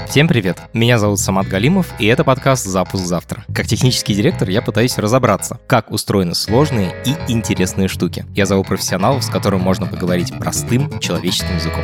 Всем привет! Меня зовут Самат Галимов, и это подкаст «Запуск завтра». Как технический директор я пытаюсь разобраться, как устроены сложные и интересные штуки. Я зову профессионалов, с которыми можно поговорить простым человеческим языком.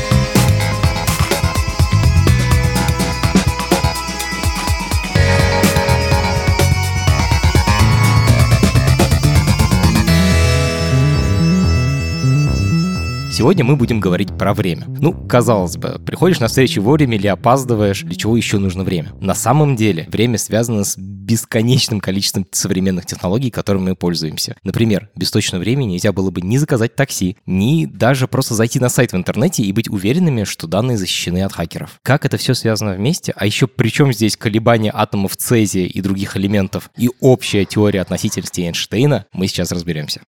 Сегодня мы будем говорить про время. Казалось бы, приходишь на встречу вовремя или опаздываешь, для чего еще нужно время? На самом деле, время связано с бесконечным количеством современных технологий, которыми мы пользуемся. Например, без точного времени нельзя было бы ни заказать такси, ни даже просто зайти на сайт в интернете и быть уверенными, что данные защищены от хакеров. Как это все связано вместе? А еще при чем здесь колебания атомов цезия и других элементов и общая теория относительности Эйнштейна, мы сейчас разберемся.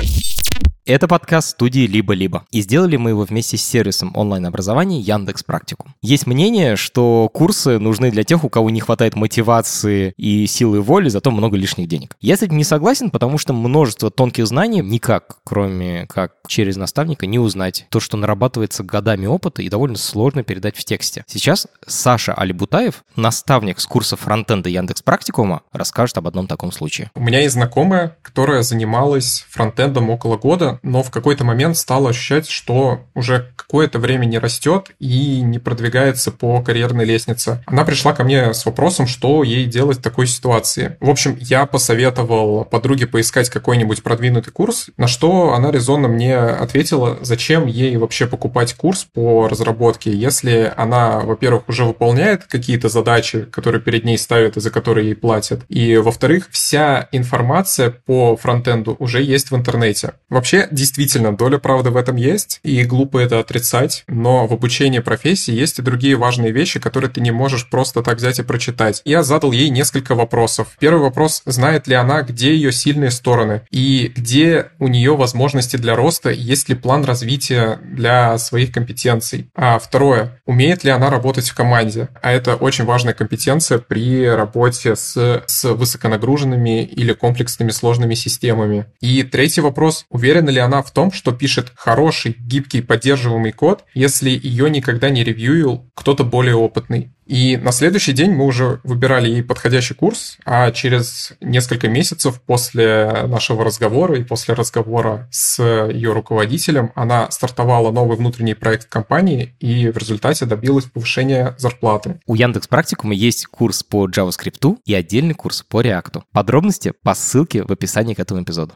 Это подкаст студии «Либо-либо», и сделали мы его вместе с сервисом онлайн-образования Яндекс.Практикум. Есть мнение, что курсы нужны для тех, у кого не хватает мотивации и силы воли, зато много лишних денег. Я с этим не согласен, потому что множество тонких знаний никак, кроме как через наставника, не узнать. То, что нарабатывается годами опыта и довольно сложно передать в тексте. Сейчас Саша Алибутаев, наставник с курса фронтенда Яндекс.Практикума, расскажет об одном таком случае. У меня есть знакомая, которая занималась фронтендом около года, но в какой-то момент стала ощущать, что уже какое-то время не растет и не продвигается по карьерной лестнице. Она пришла ко мне с вопросом, что ей делать в такой ситуации. В общем, я посоветовал подруге поискать какой-нибудь продвинутый курс, на что она резонно мне ответила, зачем ей вообще покупать курс по разработке, если она, во-первых, уже выполняет какие-то задачи, которые перед ней ставят и за которые ей платят, и, во-вторых, вся информация по фронтенду уже есть в интернете. Вообще, действительно, доля правды в этом есть, и глупо это отрицать, но в обучении профессии есть и другие важные вещи, которые ты не можешь просто так взять и прочитать. Я задал ей несколько вопросов. Первый вопрос: знает ли она, где ее сильные стороны, и где у нее возможности для роста, есть ли план развития для своих компетенций. А второе: умеет ли она работать в команде, а это очень важная компетенция при работе с высоконагруженными или комплексными сложными системами. И третий вопрос: уверена ли она в том, что пишет хороший, гибкий, поддерживаемый код, если ее никогда не ревьюил кто-то более опытный. И на следующий день мы уже выбирали ей подходящий курс, а через несколько месяцев после нашего разговора и после разговора с ее руководителем она стартовала новый внутренний проект в компании и в результате добилась повышения зарплаты. У Яндекс.Практикума есть курс по JavaScript и отдельный курс по React. Подробности по ссылке в описании к этому эпизоду.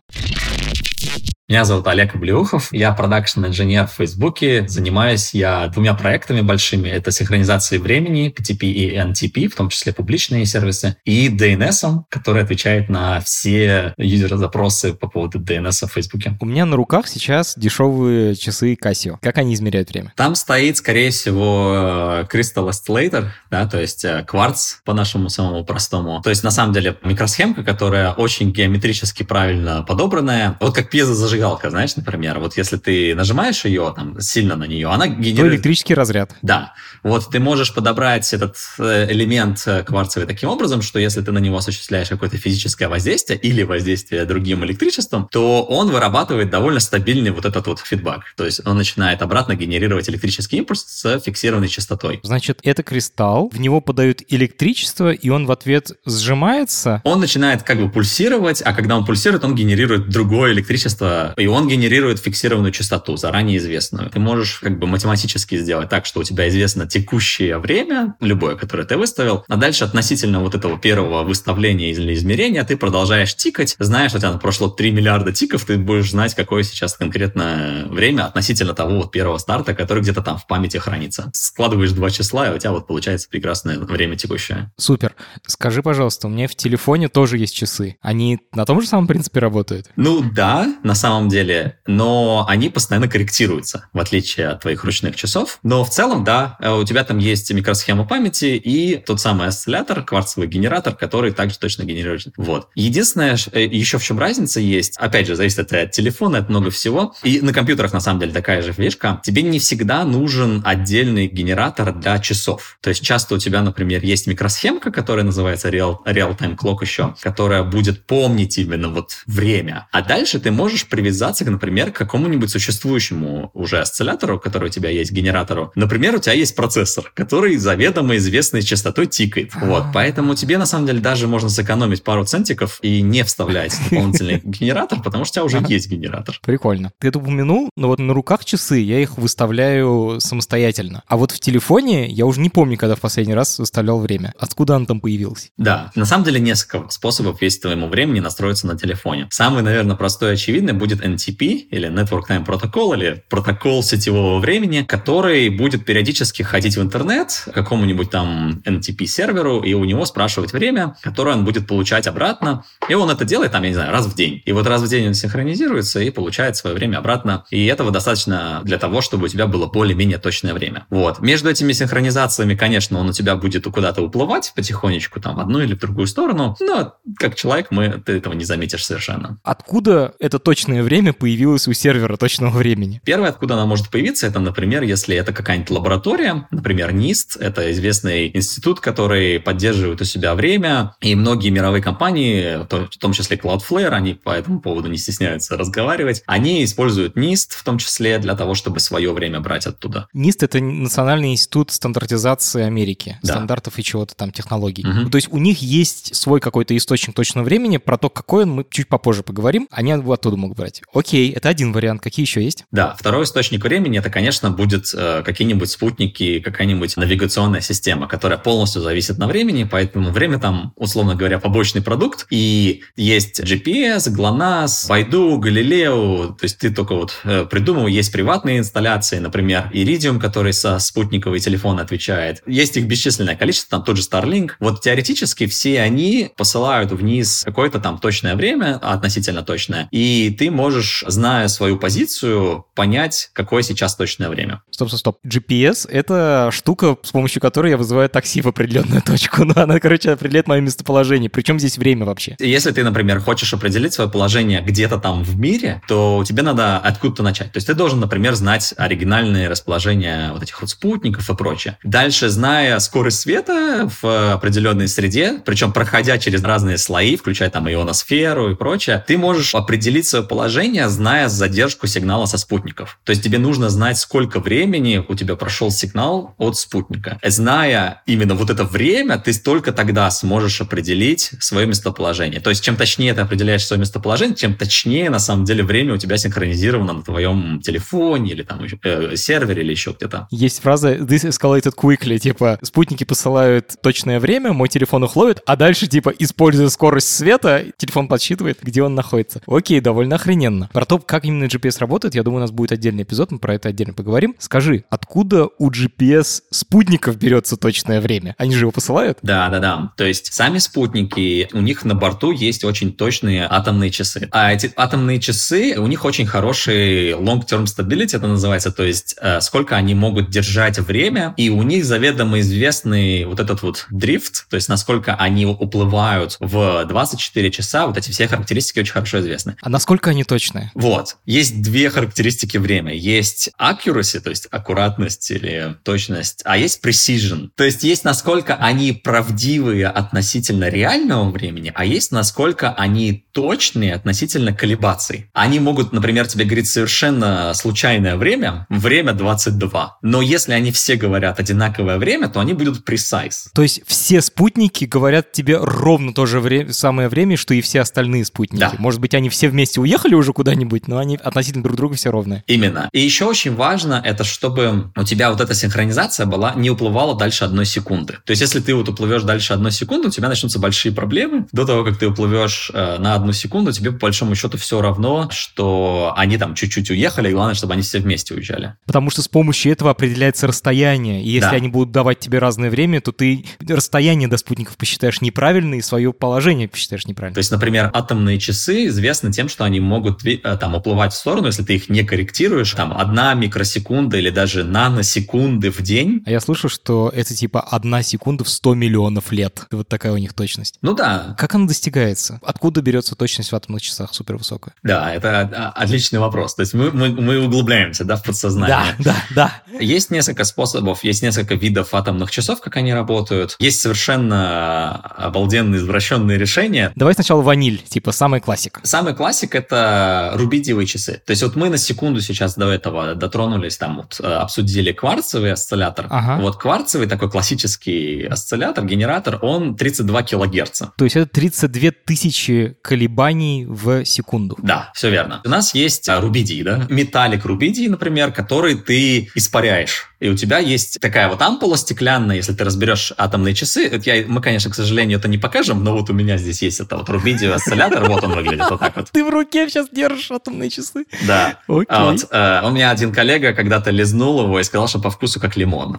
Меня зовут Олег Облеухов, я продакшн-инженер в Фейсбуке. Занимаюсь я двумя проектами большими. Это синхронизацией времени, PTP и NTP, в том числе публичные сервисы, и DNS, который отвечает на все юзер-запросы по поводу DNS в Фейсбуке. У меня на руках сейчас дешевые часы Casio. Как они измеряют время? Там стоит, скорее всего, Crystal Oscillator, да, то есть кварц по-нашему самому простому. То есть, на самом деле, микросхемка, которая очень геометрически правильно подобранная. Вот как пьезозажигалка, знаешь, например. Вот если ты нажимаешь ее, там, сильно на нее, она генерирует... электрический разряд. Да. Вот ты можешь подобрать этот элемент кварцевый таким образом, что если ты на него осуществляешь какое-то физическое воздействие или воздействие другим электричеством, то он вырабатывает довольно стабильный вот этот вот фидбэк. То есть он начинает обратно генерировать электрический импульс с фиксированной частотой. Значит, это кристалл, в него подают электричество, и он в ответ сжимается? Он начинает как бы пульсировать, а когда он пульсирует, он генерирует другое электричество, и он генерирует фиксированную частоту, заранее известную. Ты можешь как бы математически сделать так, что у тебя известно текущее время, любое, которое ты выставил, а дальше относительно вот этого первого выставления или измерения ты продолжаешь тикать, знаешь, что у тебя прошло 3 миллиарда тиков, ты будешь знать, какое сейчас конкретно время относительно того вот первого старта, который где-то там в памяти хранится. Складываешь 2 числа, и у тебя вот получается прекрасное время текущее. Супер. Скажи, пожалуйста, у меня в телефоне тоже есть часы. Они на том же самом принципе работают? Да, на самом деле, но они постоянно корректируются, в отличие от твоих ручных часов. Но в целом, да, у тебя там есть микросхема памяти и тот самый осциллятор, кварцевый генератор, который также точно генерирует. Вот. Единственное, еще в чем разница есть, опять же, зависит это от телефона, от много всего. И на компьютерах, на самом деле, такая же фишка. Тебе не всегда нужен отдельный генератор для часов. То есть часто у тебя, например, есть микросхемка, которая называется Real-Time Clock еще, которая будет помнить именно вот время. А дальше ты можешь привязаться, например, к какому-нибудь существующему уже осциллятору, который у тебя есть, генератору. Например, у тебя есть процессор, который заведомо известной частотой тикает. Вот, поэтому тебе, на самом деле, даже можно сэкономить пару центиков и не вставлять дополнительный генератор, потому что у тебя уже есть генератор. Прикольно. Ты это упомянул, но вот на руках часы я их выставляю самостоятельно. А вот в телефоне я уже не помню, когда в последний раз выставлял время. Откуда оно там появилось? Да, на самом деле несколько способов есть твоему времени настроиться на телефоне. Самый, наверное, простой и очевидный будет NTP, или Network Time Protocol, или протокол сетевого времени, который будет периодически ходить в интернет к какому-нибудь там NTP-серверу, и у него спрашивать время, которое он будет получать обратно. И он это делает, там, я не знаю, раз в день. И вот раз в день он синхронизируется и получает свое время обратно. И этого достаточно для того, чтобы у тебя было более-менее точное время. Вот. Между этими синхронизациями, конечно, он у тебя будет куда-то уплывать потихонечку, там, в одну или в другую сторону. Но как человек ты этого не заметишь совершенно. Откуда это точное время появилось у сервера точного времени? Первое, откуда она может появиться, это, например, если это какая-нибудь лаборатория, например, NIST, это известный институт, который поддерживает у себя время, и многие мировые компании, в том числе Cloudflare, они по этому поводу не стесняются разговаривать, они используют NIST в том числе для того, чтобы свое время брать оттуда. NIST — это Национальный институт стандартизации Америки, да. Стандартов и чего-то там, технологий. То есть у них есть свой какой-то источник точного времени, про то, какой он, мы чуть попозже поговорим, они оттуда могут брать. Окей, это один вариант. Какие еще есть? Да, второй источник времени, это, конечно, будет какие-нибудь спутники, какая-нибудь навигационная система, которая полностью зависит на времени, поэтому время там, условно говоря, побочный продукт, и есть GPS, GLONASS, Baidu, Galileo, то есть ты только вот придумал, есть приватные инсталляции, например, Iridium, который со спутниковый телефон отвечает. Есть их бесчисленное количество, там тот же Starlink. Вот теоретически все они посылают вниз какое-то там точное время, относительно точное, и ты можешь, зная свою позицию, понять, какое сейчас точное время. Стоп. GPS — это штука, с помощью которой я вызываю такси в определенную точку. Ну, она, определяет мое местоположение. Причем здесь время вообще? Если ты, например, хочешь определить свое положение где-то там в мире, то тебе надо откуда-то начать. То есть ты должен, например, знать оригинальные расположения вот этих вот спутников и прочее. Дальше, зная скорость света в определенной среде, причем проходя через разные слои, включая там ионосферу и прочее, ты можешь определить свое положение, зная задержку сигнала со спутников. То есть тебе нужно знать, сколько времени у тебя прошел сигнал от спутника. Зная именно вот это время, ты только тогда сможешь определить свое местоположение. То есть чем точнее ты определяешь свое местоположение, тем точнее на самом деле время у тебя синхронизировано на твоем телефоне или там сервере или еще где-то. Есть фраза «this escalated quickly», типа спутники посылают точное время, мой телефон их ловит, а дальше типа используя скорость света, телефон подсчитывает, где он находится. Окей, довольно охрененно. Про то, как именно GPS работает, я думаю, у нас будет отдельный эпизод, мы про это отдельно поговорим. Скажи, откуда у GPS спутников берется точное время? Они же его посылают? Да. То есть сами спутники, у них на борту есть очень точные атомные часы. А эти атомные часы, у них очень хороший long-term stability, это называется, то есть сколько они могут держать время, и у них заведомо известный вот этот вот дрифт, то есть насколько они уплывают в 24 часа, вот эти все характеристики очень хорошо известны. А насколько они точные? Вот. Есть две характеристики времени. Есть accuracy, то есть аккуратность или точность, а есть precision. То есть есть насколько они правдивые относительно реального времени, а есть насколько они точные относительно колебаций. Они могут, например, тебе говорить совершенно случайное время 22. Но если они все говорят одинаковое время, то они будут precise. То есть все спутники говорят тебе ровно то же самое время, что и все остальные спутники. Да. Может быть, они все вместе уехали уже куда-нибудь, но они относительно друг друга все ровные. Именно. И еще очень важно, это чтобы у тебя вот эта синхронизация не уплывала дальше 1 секунды. То есть если ты вот уплывешь дальше 1 секунду, у тебя начнутся большие проблемы. До того, как ты уплывешь на 1 секунду, тебе по большому счету все равно, что они там чуть-чуть уехали, и главное, чтобы они все вместе уезжали. Потому что с помощью этого определяется расстояние. И если они будут давать тебе разное время, то ты расстояние до спутников посчитаешь неправильно и свое положение посчитаешь неправильно. То есть, например, атомные часы известны тем, что они могут там уплывать в сторону, если ты их не корректируешь, там 1 микросекунда или даже наносекунды в день. А я слышу, что это типа 1 секунда в 100 миллионов лет. Вот такая у них точность. Ну да. Как она достигается? Откуда берется точность в атомных часах супервысокая? Да, это отличный вопрос. То есть мы углубляемся, да, в подсознание. Да. Есть несколько способов, есть несколько видов атомных часов, как они работают. Есть совершенно обалденные, извращенные решения. Давай сначала ваниль, типа самый классик. Самый классик — это это рубидиевые часы. То есть вот мы на секунду сейчас до этого дотронулись, там вот обсудили кварцевый осциллятор. Вот кварцевый такой классический осциллятор, генератор, он 32 килогерца. То есть это 32 тысячи колебаний в секунду. Да, все верно. У нас есть рубидий, да? Металлик рубидий, например, который ты испаряешь. И у тебя есть такая вот ампула стеклянная, если ты разберешь атомные часы. Мы, конечно, к сожалению, это не покажем, но вот у меня здесь есть это вот рубидиевый осциллятор, вот он выглядит вот так вот. Ты в руке сейчас держишь атомные часы? Да. Окей. У меня один коллега когда-то лизнул его и сказал, что по вкусу как лимон.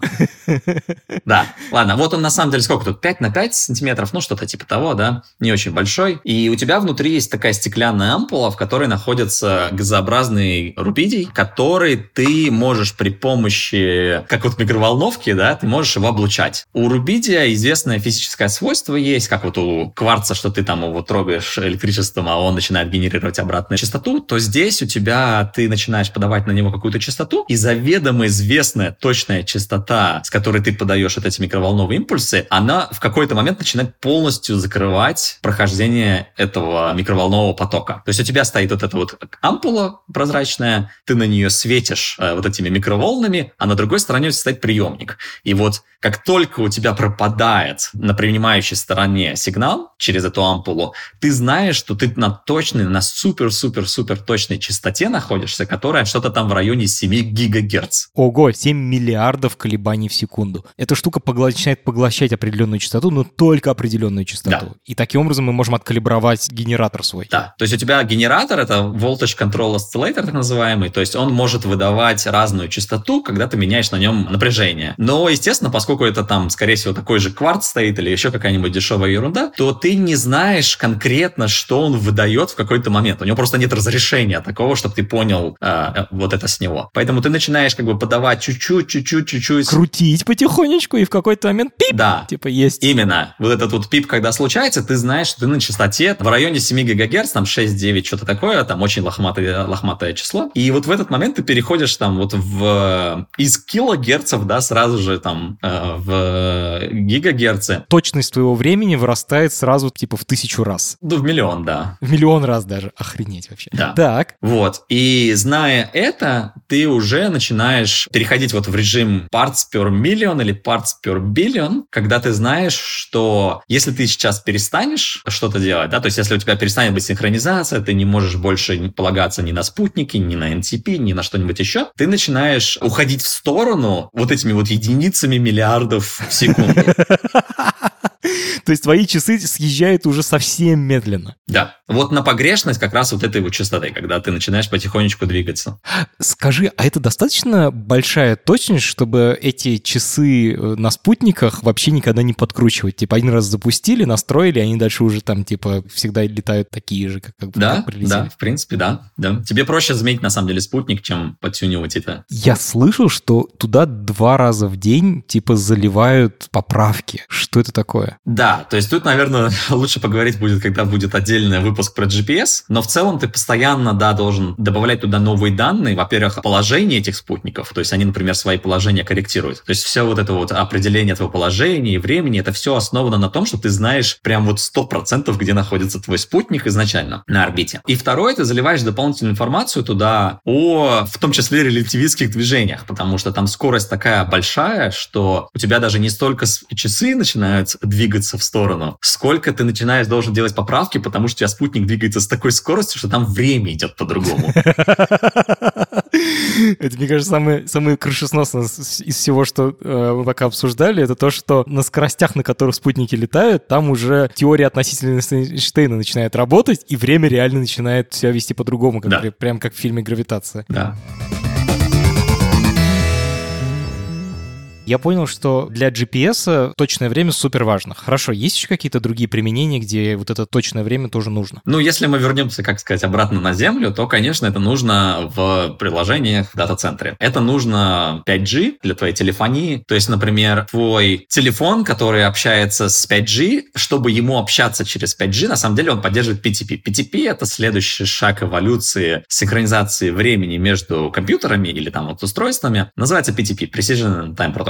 Да. Ладно, вот он на самом деле сколько тут? 5 на 5 сантиметров, ну что-то типа того, да? Не очень большой. И у тебя внутри есть такая стеклянная ампула, в которой находится газообразный рубидий, который ты можешь при помощи, как вот микроволновки, да, ты можешь его облучать. У рубидия известное физическое свойство есть, как вот у кварца, что ты там его трогаешь электричеством, а он начинает генерировать обратную частоту, то здесь у тебя ты начинаешь подавать на него какую-то частоту, и заведомо известная точная частота, с которой ты подаешь вот эти микроволновые импульсы, она в какой-то момент начинает полностью закрывать прохождение этого микроволнового потока. То есть у тебя стоит вот эта вот ампула прозрачная, ты на нее светишь вот этими микроволнами, а на другой стороне стоит приемник. И вот как только у тебя пропадает на принимающей стороне сигнал через эту ампулу, ты знаешь, что ты на точной, на супер-супер-супер точной частоте находишься, которая что-то там в районе 7 гигагерц. Ого, 7 миллиардов колебаний в секунду. Эта штука начинает поглощать определенную частоту, но только определенную частоту. Да. И таким образом мы можем откалибровать генератор свой. Да, то есть у тебя генератор — это Voltage Control Oscillator, так называемый, то есть он может выдавать разную частоту, когда ты меняешь на нем напряжение. Но, естественно, поскольку это там, скорее всего, такой же кварц стоит или еще какая-нибудь дешевая ерунда, то ты не знаешь конкретно, что он выдает в какой-то момент. У него просто нет разрешения такого, чтобы ты понял вот это с него. Поэтому ты начинаешь как бы подавать чуть-чуть. Крутить потихонечку, и в какой-то момент пип, да, типа есть. Именно. Вот этот вот пип, когда случается, ты знаешь, что ты на частоте в районе 7 ГГц, там 6-9, что-то такое, там очень лохматое число. И вот в этот момент ты переходишь там вот из килогерцев, да, сразу же там в гигагерцы. Точность твоего времени вырастает сразу типа в 1000 раз. Ну, в миллион, да. В миллион раз даже. Охренеть вообще. Да. Так. Вот. И зная это, ты уже начинаешь переходить вот в режим parts per million или parts per billion, когда ты знаешь, что если ты сейчас перестанешь что-то делать, да, то есть если у тебя перестанет быть синхронизация, ты не можешь больше полагаться ни на спутники, ни на NTP, ни на что-нибудь еще, ты начинаешь уходить в сторону вот этими вот единицами миллиардов в секунду. То есть твои часы съезжают уже совсем медленно. Да. Вот на погрешность как раз вот этой вот частоты, когда ты начинаешь потихонечку двигаться. Скажи, а это достаточно большая точность, чтобы эти часы на спутниках вообще никогда не подкручивать? Типа один раз запустили, настроили, они дальше уже там типа всегда летают такие же, как прилетели. Да, в принципе, да. Тебе проще заменить на самом деле спутник, чем подтюнивать это. Я слышал, что туда 2 раза в день типа заливают поправки. Что это такое? Да, то есть тут, наверное, лучше поговорить будет, когда будет отдельный выпуск про GPS, но в целом ты постоянно, да, должен добавлять туда новые данные. Во-первых, положение этих спутников, то есть они, например, свои положения корректируют. То есть все вот это вот определение твоего положения и времени, это все основано на том, что ты знаешь прям вот 100%, где находится твой спутник изначально на орбите. И второе, ты заливаешь дополнительную информацию туда о, в том числе, релятивистских движениях, потому что там скорость такая большая, что у тебя даже не столько часы начинают двигаться в сторону, сколько ты должен делать поправки, потому что у тебя спутник двигается с такой скоростью, что там время идет по-другому. Это, мне кажется, самое крышесносное из всего, что мы пока обсуждали, это то, что на скоростях, на которых спутники летают, там уже теория относительности Эйнштейна начинает работать, и время реально начинает себя вести по-другому, прям как в фильме «Гравитация». Да. Я понял, что для GPS точное время супер важно. Хорошо, есть еще какие-то другие применения, где вот это точное время тоже нужно? Ну, если мы вернемся, как сказать, обратно на Землю, то, конечно, это нужно в приложениях в дата-центре. Это нужно 5G для твоей телефонии. То есть, например, твой телефон, который общается с 5G, чтобы ему общаться через 5G, на самом деле он поддерживает PTP. PTP — это следующий шаг эволюции синхронизации времени между компьютерами или там вот устройствами. Называется PTP, Precision Time Protocol.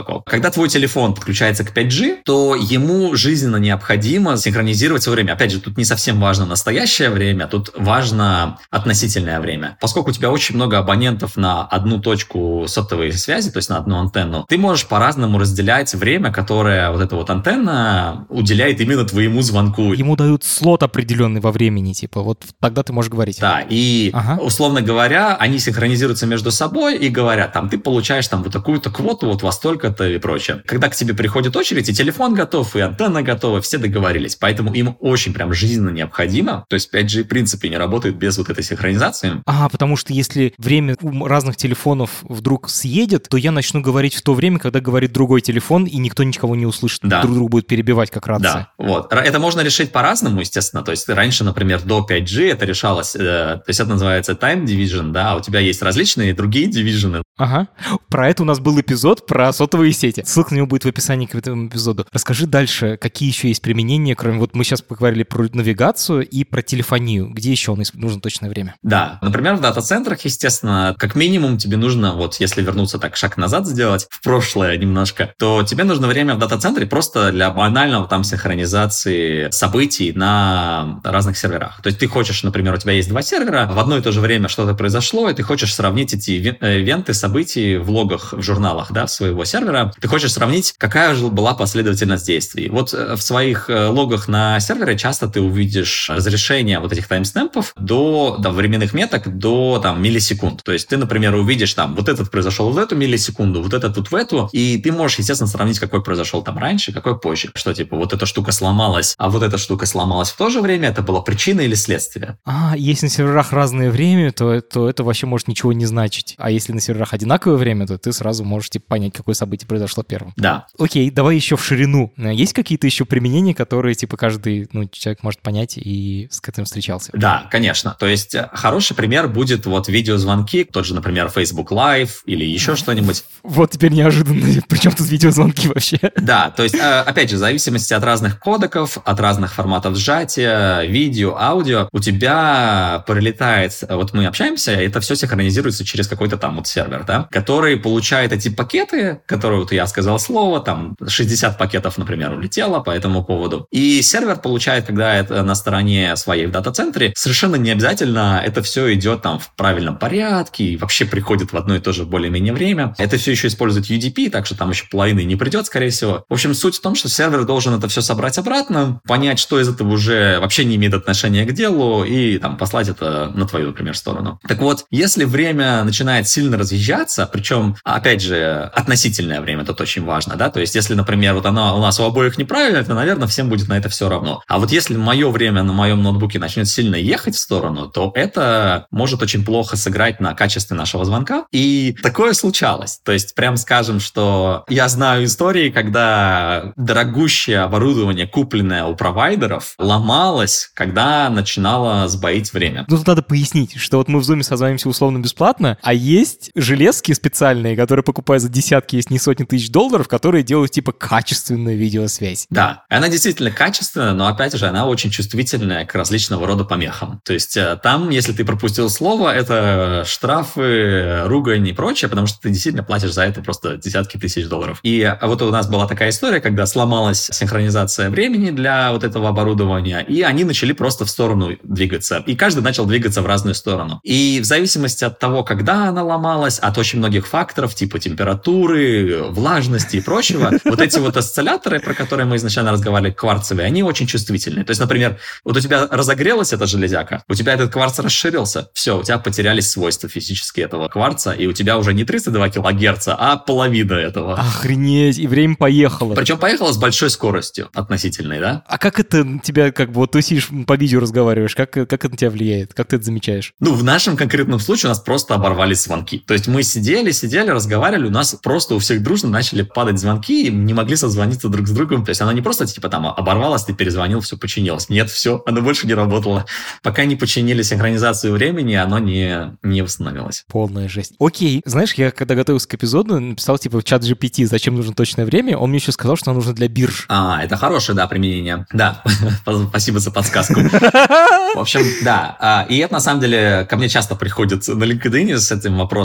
протокол. Когда твой телефон подключается к 5G, то ему жизненно необходимо синхронизировать свое время. Опять же, тут не совсем важно настоящее время, тут важно относительное время. Поскольку у тебя очень много абонентов на одну точку сотовой связи, то есть на одну антенну, ты можешь по-разному разделять время, которое вот эта вот антенна уделяет именно твоему звонку. Ему дают слот определенный во времени, типа, вот тогда ты можешь говорить. Да, и, условно говоря, они синхронизируются между собой и говорят, там, ты получаешь там вот такую-то квоту, вот во столько-то и прочее. Когда к тебе приходит очередь, и телефон готов, и антенна готова, все договорились. Поэтому им очень прям жизненно необходимо. То есть 5G в принципе не работает без вот этой синхронизации. Потому что если время у разных телефонов вдруг съедет, то я начну говорить в то время, когда говорит другой телефон, и никто никого не услышит. Да. Друг друга будет перебивать как рация. Да, вот. Это можно решить по-разному, естественно. То есть раньше, например, до 5G это решалось, то есть это называется time division, да, а у тебя есть различные другие дивижены. Ага. Про это у нас был эпизод про сотовые сети. Ссылка на него будет в описании к этому эпизоду. Расскажи дальше, какие еще есть применения, кроме вот мы сейчас поговорили про навигацию и про телефонию. Где еще нужно точное время? Да, например, в дата-центрах, естественно, как минимум тебе нужно, вот если вернуться так шаг назад сделать, в прошлое немножко, то тебе нужно время в дата-центре просто для банального там синхронизации событий на разных серверах. То есть ты хочешь, например, у тебя есть два сервера, в одно и то же время что-то произошло, и ты хочешь сравнить эти ивенты, событий в логах, в журналах, да, своего сервера. Ты хочешь сравнить, какая же была последовательность действий. Вот в своих логах на сервере часто ты увидишь разрешение вот этих таймстемпов до временных меток до там миллисекунд. То есть ты, например, увидишь там вот этот произошел в эту миллисекунду, вот этот вот в эту, и ты можешь, естественно, сравнить, какой произошел там раньше, какой позже. Что типа вот эта штука сломалась, а вот эта штука сломалась в то же время, это была причина или следствие. Если на серверах разное время, то это вообще может ничего не значить. А если на серверах одинаковое время, то ты сразу можешь типа понять, какое событие произошло первым. Да. Окей, давай еще в ширину. Есть какие-то еще применения, которые типа каждый человек может понять и с этим встречался? Да, конечно. То есть хороший пример будет вот видеозвонки, тот же, например, Facebook Live или еще что-нибудь. Вот теперь неожиданно. Причем тут видеозвонки вообще? Да, то есть, опять же, в зависимости от разных кодеков, от разных форматов сжатия, видео, аудио, у тебя прилетает, вот мы общаемся, это все синхронизируется через какой-то там вот сервер, да, который получает эти пакеты, которые вот я сказал слово, там 60 пакетов, например, улетело по этому поводу. И сервер получает, когда это на стороне своей в дата-центре, совершенно не обязательно это все идет там в правильном порядке и вообще приходит в одно и то же более-менее время. Это все еще использует UDP, так что там еще половины не придет, скорее всего. В общем, суть в том, что сервер должен это все собрать обратно, понять, что из этого уже вообще не имеет отношения к делу, и там послать это на твою, например, сторону. Так вот, если время начинает сильно разъезжаться, причем, опять же, относительное время тут очень важно, да, то есть если, например, вот оно у нас у обоих неправильно, то, наверное, всем будет на это все равно. А вот если мое время на моем ноутбуке начнет сильно ехать в сторону, то это может очень плохо сыграть на качестве нашего звонка. И такое случалось. То есть, прям скажем, что я знаю истории, когда дорогущее оборудование, купленное у провайдеров, ломалось, когда начинало сбоить время. Тут надо пояснить, что вот мы в Zoom созванимся условно бесплатно, а есть железки специальные, которые покупают за десятки, если не сотни тысяч долларов, которые делают типа качественную видеосвязь. Да, она действительно качественная, но опять же, она очень чувствительная к различного рода помехам. То есть там, если ты пропустил слово, это штрафы, ругань и прочее, потому что ты действительно платишь за это просто десятки тысяч долларов. И вот у нас была такая история, когда сломалась синхронизация времени для вот этого оборудования, и они начали просто в сторону двигаться. И каждый начал двигаться в разную сторону. И в зависимости от того, когда она ломалась, от очень многих факторов, типа температуры, влажности и прочего, вот эти вот осцилляторы, про которые мы изначально разговаривали, кварцевые, они очень чувствительные. То есть, например, вот у тебя разогрелась эта железяка, у тебя этот кварц расширился, все, у тебя потерялись свойства физические этого кварца, и у тебя уже не 32 килогерца, а половина этого. Охренеть, и время поехало. Причем поехало с большой скоростью относительной, да? А как это тебя, как бы, вот ты сидишь по видео разговариваешь, как это на тебя влияет? Как ты это замечаешь? Ну, в нашем конкретном случае у нас просто оборвались звонки. То есть мы сидели, разговаривали, у нас просто у всех дружно начали падать звонки, и не могли созвониться друг с другом. То есть она не просто типа там оборвалась, ты перезвонил, все починилось. Нет, все, оно больше не работало. Пока не починили синхронизацию времени, оно не восстановилось. Полная жесть. Окей. Знаешь, я когда готовился к эпизоду, написал типа в чат GPT, зачем нужно точное время, он мне еще сказал, что оно нужно для бирж. Это хорошее, да, применение. Да, спасибо за подсказку. В общем, да. И это, на самом деле, ко мне часто приходят на LinkedIn с этим вопросом. Там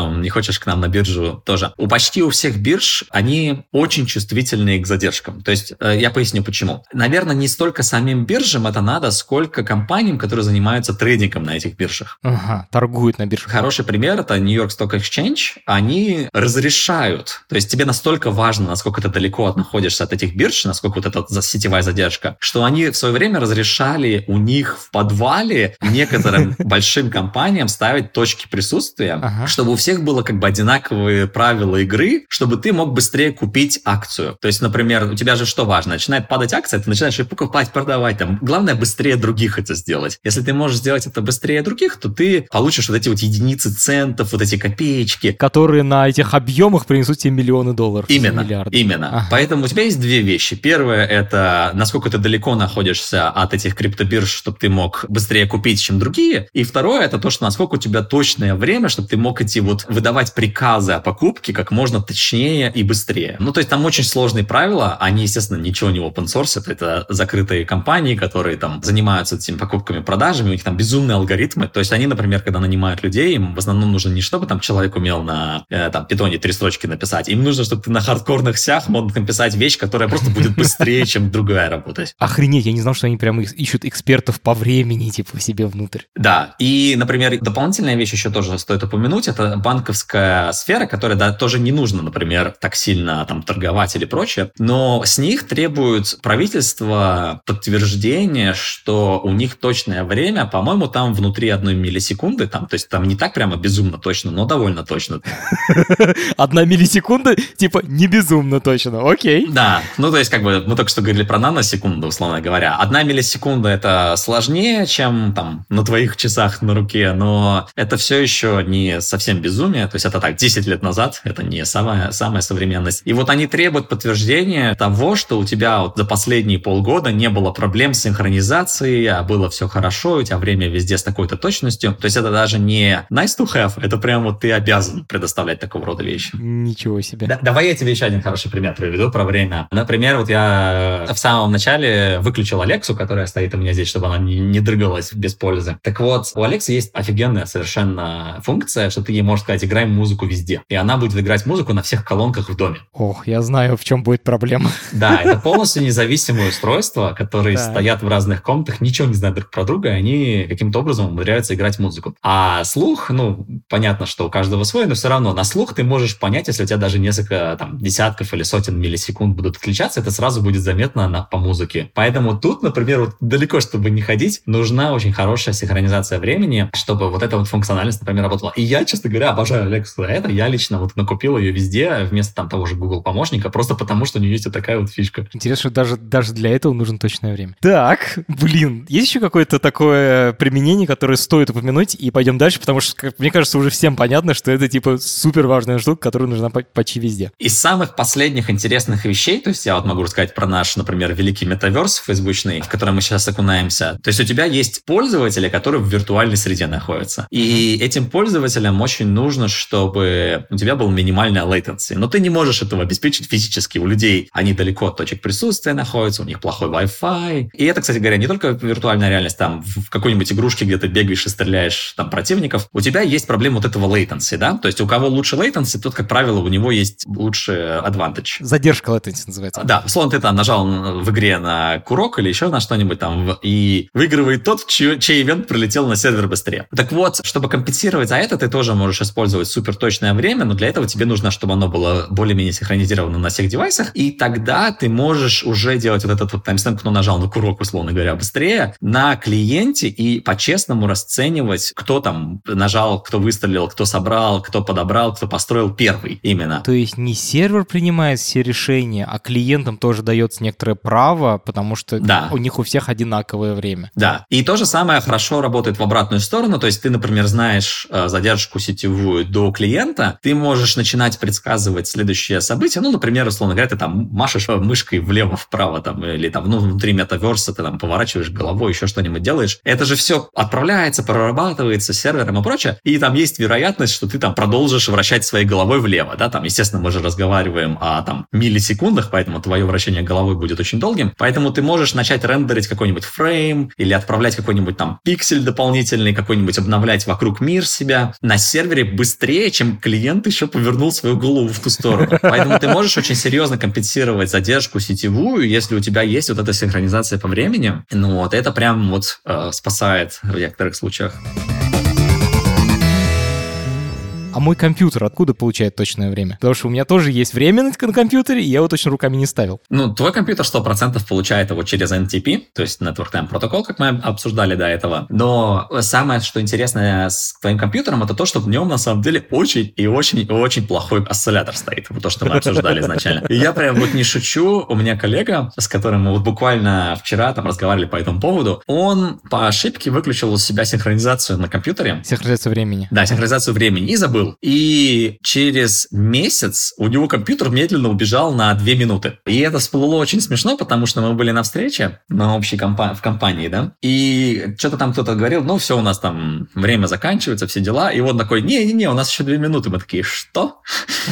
не хочешь к нам на биржу тоже. Почти у всех бирж они очень чувствительны к задержкам. То есть я поясню почему. Наверное, не столько самим биржам это надо, сколько компаниям, которые занимаются трейдингом на этих биржах. Ага, торгуют на биржах. Хороший пример – это New York Stock Exchange. Они разрешают, то есть тебе настолько важно, насколько ты далеко находишься от этих бирж, насколько вот эта сетевая задержка, что они в свое время разрешали у них в подвале некоторым большим компаниям ставить точки присутствия, чтобы у всех было как бы одинаковые правила игры, чтобы ты мог быстрее купить акцию. То есть, например, у тебя же что важно? Начинает падать акция, ты начинаешь ее покупать, продавать. Там. Главное, быстрее других это сделать. Если ты можешь сделать это быстрее других, то ты получишь вот эти вот единицы центов, вот эти копеечки. Которые на этих объемах принесут тебе миллионы долларов. Именно. Поэтому у тебя есть две вещи. Первое – это насколько ты далеко находишься от этих криптобирж, чтобы ты мог быстрее купить, чем другие. И второе – это то, что насколько у тебя точное время, чтобы ты мог идти вот выдавать приказы о покупке как можно точнее и быстрее. Ну, то есть там очень сложные правила. Они, естественно, ничего не open source. Это закрытые компании, которые там занимаются этими покупками, продажами. У них там безумные алгоритмы. То есть они, например, когда нанимают людей, им в основном нужно не чтобы там человек умел на питоне 3 строчки написать. Им нужно, чтобы ты на хардкорных сях мог написать вещь, которая просто будет быстрее, чем другая работать. Охренеть, я не знал, что они прямо ищут экспертов по времени, типа, себе внутрь. Да, и, например, дополнительная вещь еще тоже стоит упомянуть, это банковская сфера, которая тоже не нужно, например, так сильно там торговать или прочее, но с них требует правительство подтверждения, что у них точное время, по-моему, там внутри 1 миллисекунды, то есть там не так прямо безумно точно, но довольно точно. 1 миллисекунда, типа, не безумно точно, окей. Да, то есть как бы мы только что говорили про наносекунду, условно говоря. 1 миллисекунда это сложнее, чем там на твоих часах на руке, но это все еще не совсем безумие, то есть это так, 10 лет назад, это не самая современность. И вот они требуют подтверждения того, что у тебя вот за последние полгода не было проблем с синхронизацией, а было все хорошо, у тебя время везде с такой-то точностью. То есть это даже не nice to have, это прям вот ты обязан предоставлять такого рода вещи. Ничего себе. Давай я тебе еще один хороший пример приведу про время. Например, вот я в самом начале выключил Алексу, которая стоит у меня здесь, чтобы она не дрыгалась без пользы. Так вот, у Алексы есть офигенная совершенно функция, что ты ей можешь сказать, играй музыку везде. И она будет играть музыку на всех колонках в доме. Ох, я знаю, в чем будет проблема. Да, это полностью независимые устройства, которые стоят в разных комнатах, ничего не знают друг про друга, и они каким-то образом умудряются играть музыку. А слух, понятно, что у каждого свой, но все равно на слух ты можешь понять, если у тебя даже несколько десятков или сотен миллисекунд будут отключаться, это сразу будет заметно по музыке. Поэтому тут, например, вот далеко, чтобы не ходить, нужна очень хорошая синхронизация времени, чтобы вот эта вот функциональность, например, работала. И я, честно говоря, обожаю Алексу за это. Я лично вот накупил ее везде, вместо того же Google помощника, просто потому, что у нее есть вот такая вот фишка. Интересно, что даже для этого нужно точное время. Так, есть еще какое-то такое применение, которое стоит упомянуть, и пойдем дальше, потому что, мне кажется, уже всем понятно, что это типа супер важная штука, которая нужна почти везде. Из самых последних интересных вещей, то есть я вот могу рассказать про наш, например, великий метаверс фейсбучный, в который мы сейчас окунаемся. То есть у тебя есть пользователи, которые в виртуальной среде находятся. И этим пользователям очень нужно, чтобы у тебя был минимальная latency. Но ты не можешь этого обеспечить физически. У людей они далеко от точек присутствия находятся, у них плохой Wi-Fi. И это, кстати говоря, не только виртуальная реальность, там в какой-нибудь игрушке, где ты бегаешь и стреляешь там противников, у тебя есть проблема вот этого latency, да? То есть у кого лучше latency, тот, как правило, у него есть лучше advantage. Задержка latency называется. Да, условно, ты там нажал в игре на курок или еще на что-нибудь там, и выигрывает тот, чей ивент прилетел на сервер быстрее. Так вот, чтобы компенсировать за это, ты тоже можешь использовать суперточное время, но для этого тебе нужно, чтобы оно было более-менее синхронизировано на всех девайсах, и тогда ты можешь уже делать вот этот вот таймстемп, кто нажал на курок, условно говоря, быстрее, на клиенте и по-честному расценивать, кто там нажал, кто выстрелил, кто собрал, кто подобрал, кто построил первый именно. То есть не сервер принимает все решения, а клиентам тоже дается некоторое право, потому что у них у всех одинаковое время. Да, и то же самое хорошо работает в обратную сторону, то есть ты, например, знаешь задержку сетевую до клиента, ты можешь начинать предсказывать следующее событие, например, условно говоря, ты там машешь мышкой влево-вправо, там, или там внутри метаверса ты там поворачиваешь головой, еще что-нибудь делаешь. Это же все отправляется, прорабатывается сервером и прочее, и там есть вероятность, что ты там продолжишь вращать своей головой влево, да, там, естественно, мы же разговариваем о там миллисекундах, поэтому твое вращение головой будет очень долгим, поэтому ты можешь начать рендерить какой-нибудь фрейм или отправлять какой-нибудь там пиксель дополнительный, какой-нибудь обновлять вокруг мир себя на сервере быстрее, чем клиент еще повернул свою голову в ту сторону. Поэтому ты можешь очень серьезно компенсировать задержку сетевую, если у тебя есть вот эта синхронизация по времени. Ну вот, это прям вот спасает в некоторых случаях. А мой компьютер откуда получает точное время? Потому что у меня тоже есть время на компьютере, и я его точно руками не ставил. Ну, твой компьютер 100% получает его через NTP, то есть Network Time Protocol, как мы обсуждали до этого. Но самое, что интересно с твоим компьютером, это то, что в нем на самом деле очень и очень и очень плохой осциллятор стоит. Вот то, что мы обсуждали изначально. И я прям вот не шучу. У меня коллега, с которым мы вот буквально вчера там разговаривали по этому поводу, он по ошибке выключил у себя синхронизацию на компьютере. Синхронизацию времени. Да, синхронизацию времени. И забыл. И через месяц у него компьютер медленно убежал на 2 минуты. И это всплыло очень смешно, потому что мы были на встрече на общей в компании, да, и что-то там кто-то говорил, ну, все, у нас там время заканчивается, все дела. И он такой, не-не-не, у нас еще 2 минуты. Мы такие, что?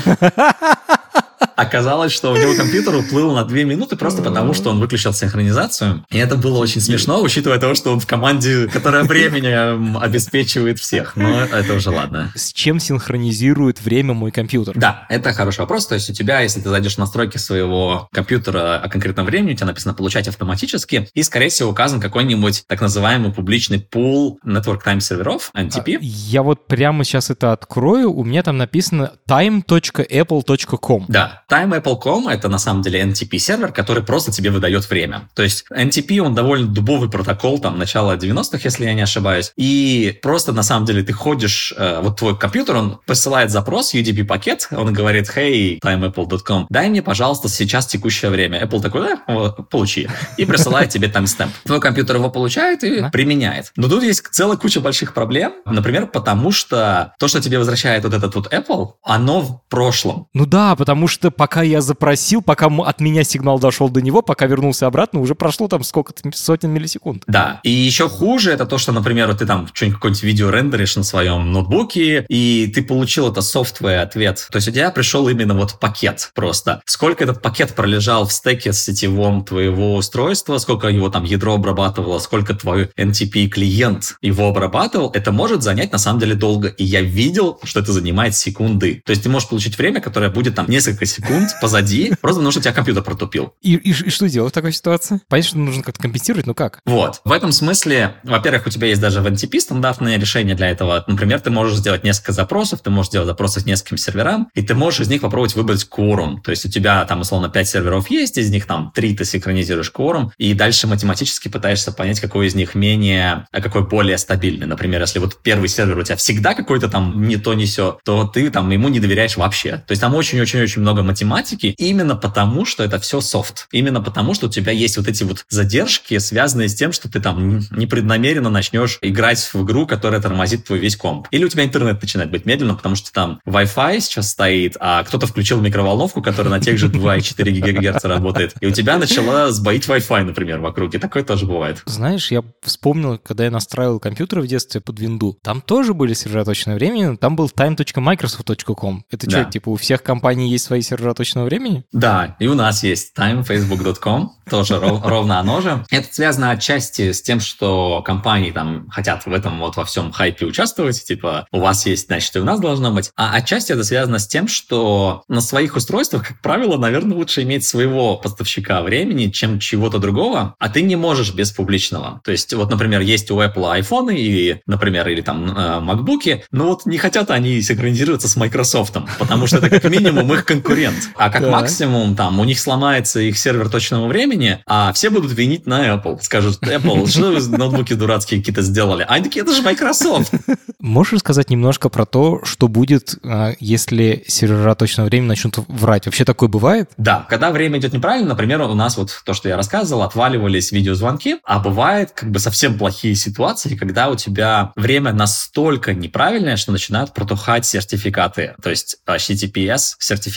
Оказалось, что у него компьютер уплыл на 2 минуты просто потому, что он выключил синхронизацию. И это было очень смешно, учитывая того, что он в команде, которая временем обеспечивает всех. Но это уже ладно. С чем синхронизирует время мой компьютер? Да, это хороший вопрос. То есть у тебя, если ты зайдешь в настройки своего компьютера о конкретном времени, у тебя написано «получать автоматически», и, скорее всего, указан какой-нибудь так называемый публичный пул Network Time серверов, NTP. Я вот прямо сейчас это открою, у меня там написано time.apple.com. Да, time.apple.com — это на самом деле NTP-сервер, который просто тебе выдает время. То есть NTP, он довольно дубовый протокол, там, начала 90-х, если я не ошибаюсь. И просто, на самом деле, ты ходишь, вот твой компьютер, он посылает запрос, UDP-пакет, он говорит, hey, time.apple.com, дай мне, пожалуйста, сейчас текущее время. Apple такой, да, получи. И присылает тебе таймстемп. Твой компьютер его получает и применяет. Но тут есть целая куча больших проблем. Например, потому что то, что тебе возвращает вот этот вот Apple, оно в прошлом. Ну да, потому что пока я запросил, пока от меня сигнал дошел до него, пока вернулся обратно, уже прошло там сколько-то сотен миллисекунд. Да, и еще хуже это то, что, например, ты там какое-нибудь видео рендеришь на своем ноутбуке, и ты получил это software ответ. То есть у тебя пришел именно вот пакет просто. Сколько этот пакет пролежал в стеке сетевом твоего устройства, сколько его там ядро обрабатывало, сколько твой NTP-клиент его обрабатывал, это может занять на самом деле долго. И я видел, что это занимает секунды. То есть ты можешь получить время, которое будет там несколько секунд позади, просто потому что у тебя компьютер протупил. И что делать в такой ситуации? Понятно, что нужно как-то компенсировать, но как? Вот. В этом смысле, во-первых, у тебя есть даже в NTP стандартные решения для этого. Например, ты можешь сделать несколько запросов, ты можешь сделать запросы к нескольким серверам, и ты можешь из них попробовать выбрать quorum. То есть у тебя там, условно, 5 серверов есть, из них там 3 ты синхронизируешь quorum, и дальше математически пытаешься понять, какой из них менее, а какой более стабильный. Например, если вот первый сервер у тебя всегда какой-то там не то, не сё, то ты там ему не доверяешь вообще. То есть там очень-очень-очень много математики, именно потому, что это все софт. Именно потому, что у тебя есть вот эти вот задержки, связанные с тем, что ты там непреднамеренно начнешь играть в игру, которая тормозит твой весь комп. Или у тебя интернет начинает быть медленно, потому что там Wi-Fi сейчас стоит, а кто-то включил микроволновку, которая на тех же 2,4 ГГц работает, и у тебя начала сбоить Wi-Fi, например, в округе. Такое тоже бывает. Знаешь, я вспомнил, когда я настраивал компьютер в детстве под винду, там тоже были сервера точного времени, там был time.microsoft.com. Это что, типа у всех компаний есть свои сервера точного времени? Да, и у нас есть timefacebook.com, тоже ровно оно же. Это связано отчасти с тем, что компании там хотят в этом вот во всем хайпе участвовать, типа у вас есть, значит, и у нас должно быть. А отчасти это связано с тем, что на своих устройствах, как правило, наверное, лучше иметь своего поставщика времени, чем чего-то другого, а ты не можешь без публичного. То есть вот, например, есть у Apple iPhone и, например, или там MacBook, но вот не хотят они синхронизироваться с Microsoft, потому что это как минимум их конкурент. А как максимум там у них сломается их сервер точного времени, а все будут винить на Apple. Скажут, Apple, что вы ноутбуки дурацкие какие-то сделали? А они такие, это же Microsoft. Можешь рассказать немножко про то, что будет, если сервера точного времени начнут врать? Вообще такое бывает? Да, когда время идет неправильно, например, у нас вот то, что я рассказывал, отваливались видеозвонки, а бывает как бы совсем плохие ситуации, когда у тебя время настолько неправильное, что начинают протухать сертификаты, то есть HTTPS-сертификаты.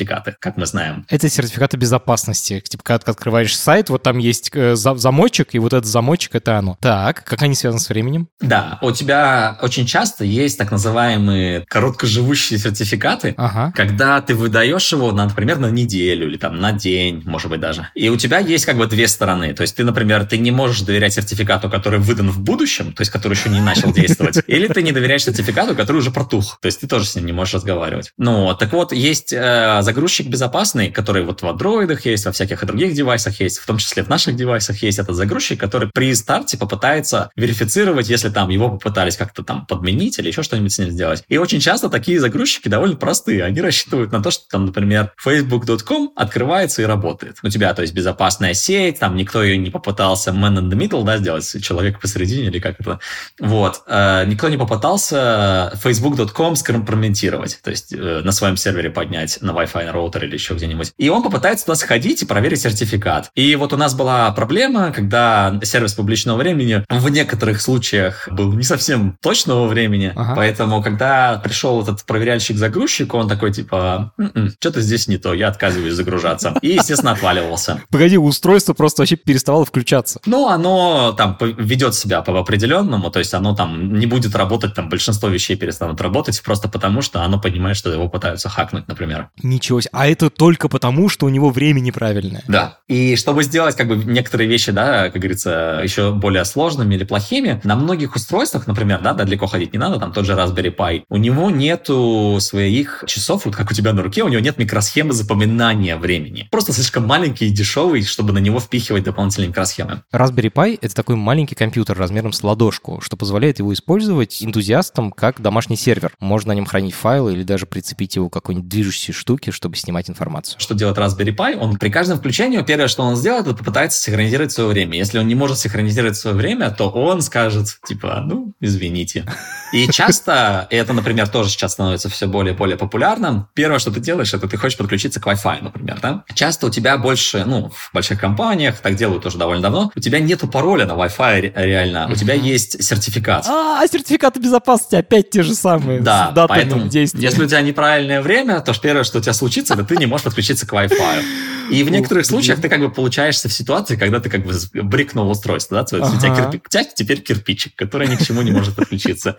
как мы знаем. Это сертификаты безопасности. Типа, когда ты открываешь сайт, вот там есть замочек, и вот этот замочек — это оно. Так, как они связаны с временем? Да, у тебя очень часто есть так называемые короткоживущие сертификаты, когда ты выдаешь его, например, на неделю или там на день, может быть, даже. И у тебя есть как бы две стороны. То есть ты, например, ты не можешь доверять сертификату, который выдан в будущем, то есть который еще не начал действовать, или ты не доверяешь сертификату, который уже протух. То есть ты тоже с ним не можешь разговаривать. Ну, так вот, есть загрузчик безопасный, который вот в андроидах есть, во всяких и других девайсах есть, в том числе в наших девайсах есть этот загрузчик, который при старте попытается верифицировать, если там его попытались как-то там подменить или еще что-нибудь с ним сделать. И очень часто такие загрузчики довольно простые. Они рассчитывают на то, что там, например, facebook.com открывается и работает. У тебя, то есть, безопасная сеть, там никто ее не попытался man in the middle, да, сделать, человек посередине или как это. Вот. Никто не попытался facebook.com скомпрометировать, то есть на своем сервере поднять на Wi-Fi роутер или еще где-нибудь. И он попытается туда сходить и проверить сертификат. И вот у нас была проблема, когда сервис публичного времени в некоторых случаях был не совсем точного времени, поэтому когда пришел этот проверяльщик-загрузчик, он такой типа, что-то здесь не то, я отказываюсь загружаться. И, естественно, отваливался. Погоди, устройство просто вообще переставало включаться. Ну, оно там ведет себя по определенному, то есть оно там не будет работать, там большинство вещей перестанут работать просто потому, что оно понимает, что его пытаются хакнуть, например. Ничего себе. А это только потому, что у него время неправильное. Да. И чтобы сделать как бы некоторые вещи, да, как говорится, еще более сложными или плохими, на многих устройствах, например, да, далеко ходить не надо, там тот же Raspberry Pi, у него нету своих часов, вот как у тебя на руке, у него нет микросхемы запоминания времени. Просто слишком маленький и дешевый, чтобы на него впихивать дополнительные микросхемы. Raspberry Pi — это такой маленький компьютер размером с ладошку, что позволяет его использовать энтузиастам как домашний сервер. Можно на нем хранить файлы или даже прицепить его к какой-нибудь движущей штуке, чтобы снимать информацию. Что делает Raspberry Pi? Он при каждом включении, первое, что он сделает, это попытается синхронизировать свое время. Если он не может синхронизировать свое время, то он скажет, типа, ну, извините. И часто, и это, например, тоже сейчас становится все более и более популярным, первое, что ты делаешь, это ты хочешь подключиться к Wi-Fi, например, да? Часто у тебя больше, ну, в больших компаниях, так делают тоже довольно давно, у тебя нету пароля на Wi-Fi реально, у тебя есть сертификат. А сертификаты безопасности опять те же самые. Да, с поэтому, действия. если у тебя неправильное время, то первое, что у тебя случится, это ты не можешь подключиться к Wi-Fi. И в некоторых случаях ты как бы получаешься в ситуации, когда ты как бы брикнул устройство, да? У тебя теперь кирпичик, который ни к чему не может подключиться.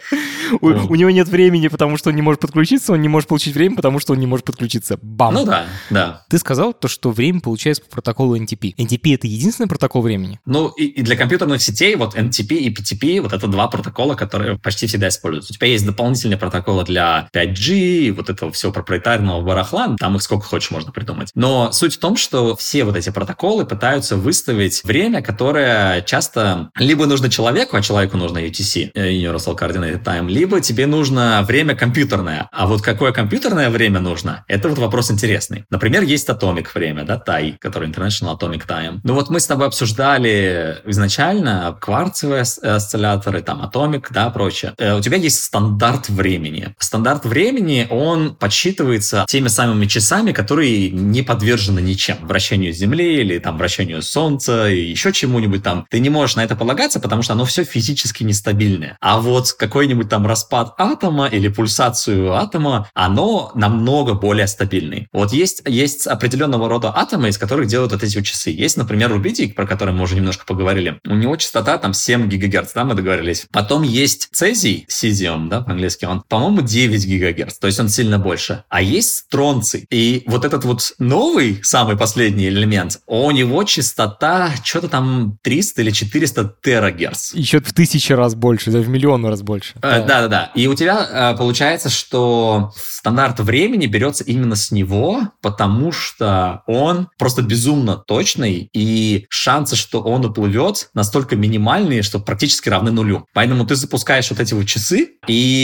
У него нет времени, потому что он не может подключиться, он не может получить время, потому что он не может подключиться. Бам! Ну да. Ты сказал то, что время получается по протоколу NTP. NTP — это единственный протокол времени? Ну, и для компьютерных сетей вот NTP и PTP, вот это два протокола, которые почти всегда используются. У тебя есть дополнительные протоколы для 5G, вот этого всего проприетарного барахла, там их сколько хочешь можно придумать. Но суть в том, что все вот эти протоколы пытаются выставить время, которое часто либо нужно человеку, а человеку нужно UTC, Universal Coordinated Time, либо тебе нужно время компьютерное. А вот какое компьютерное время нужно, это вот вопрос интересный. Например, есть Atomic время, да, TAI, который International Atomic Time. Ну вот мы с тобой обсуждали изначально кварцевые осцилляторы, там Atomic, да, прочее. У тебя есть стандарт времени. Стандарт времени, он подсчитывается теми самыми часами, которые не подвержены ничем. Вращению Земли или там вращению Солнца и еще чему-нибудь там. Ты не можешь на это полагаться, потому что оно все физически нестабильное. А вот какой-нибудь там распад атома или пульсацию атома, оно намного более стабильный. Вот есть определенного рода атомы, из которых делают вот эти часы. Есть, например, рубидий, про который мы уже немножко поговорили. У него частота там 7 ГГц, да, мы договорились. Потом есть цезий, сизиум, да, по-английски, он, по-моему, 9 ГГц, то есть он сильно больше. А есть стронций. И вот этот вот новый, самый последний элемент, у него частота что-то там 300 или 400 терагерц. Еще в 1000 раз больше, да, в миллион раз больше. Да. И у тебя получается, что стандарт времени берется именно с него, потому что он просто безумно точный, и шансы, что он уплывет, настолько минимальные, что практически равны нулю. Поэтому ты запускаешь вот эти вот часы,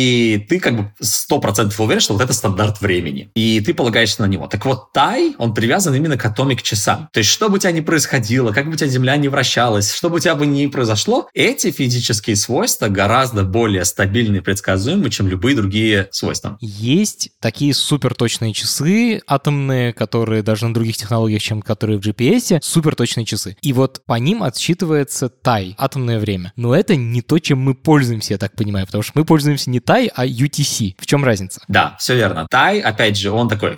и ты как бы 100% уверен, что вот это стандарт времени. И ты полагаешься на него. Так вот, TAI, он привязан именно к Atomic часам. То есть, что бы у тебя ни происходило, как бы у тебя Земля не вращалась, что бы у тебя бы ни произошло, эти физические свойства гораздо более стабильны и предсказуемы, чем любые другие свойства. Есть такие суперточные часы атомные, которые даже на других технологиях, чем которые в GPS, суперточные часы. И вот по ним отсчитывается TAI, атомное время. Но это не то, чем мы пользуемся, я так понимаю, потому что мы пользуемся не TAI, а UTC. В чем разница? Да, все верно. TAI, опять же, он такой физически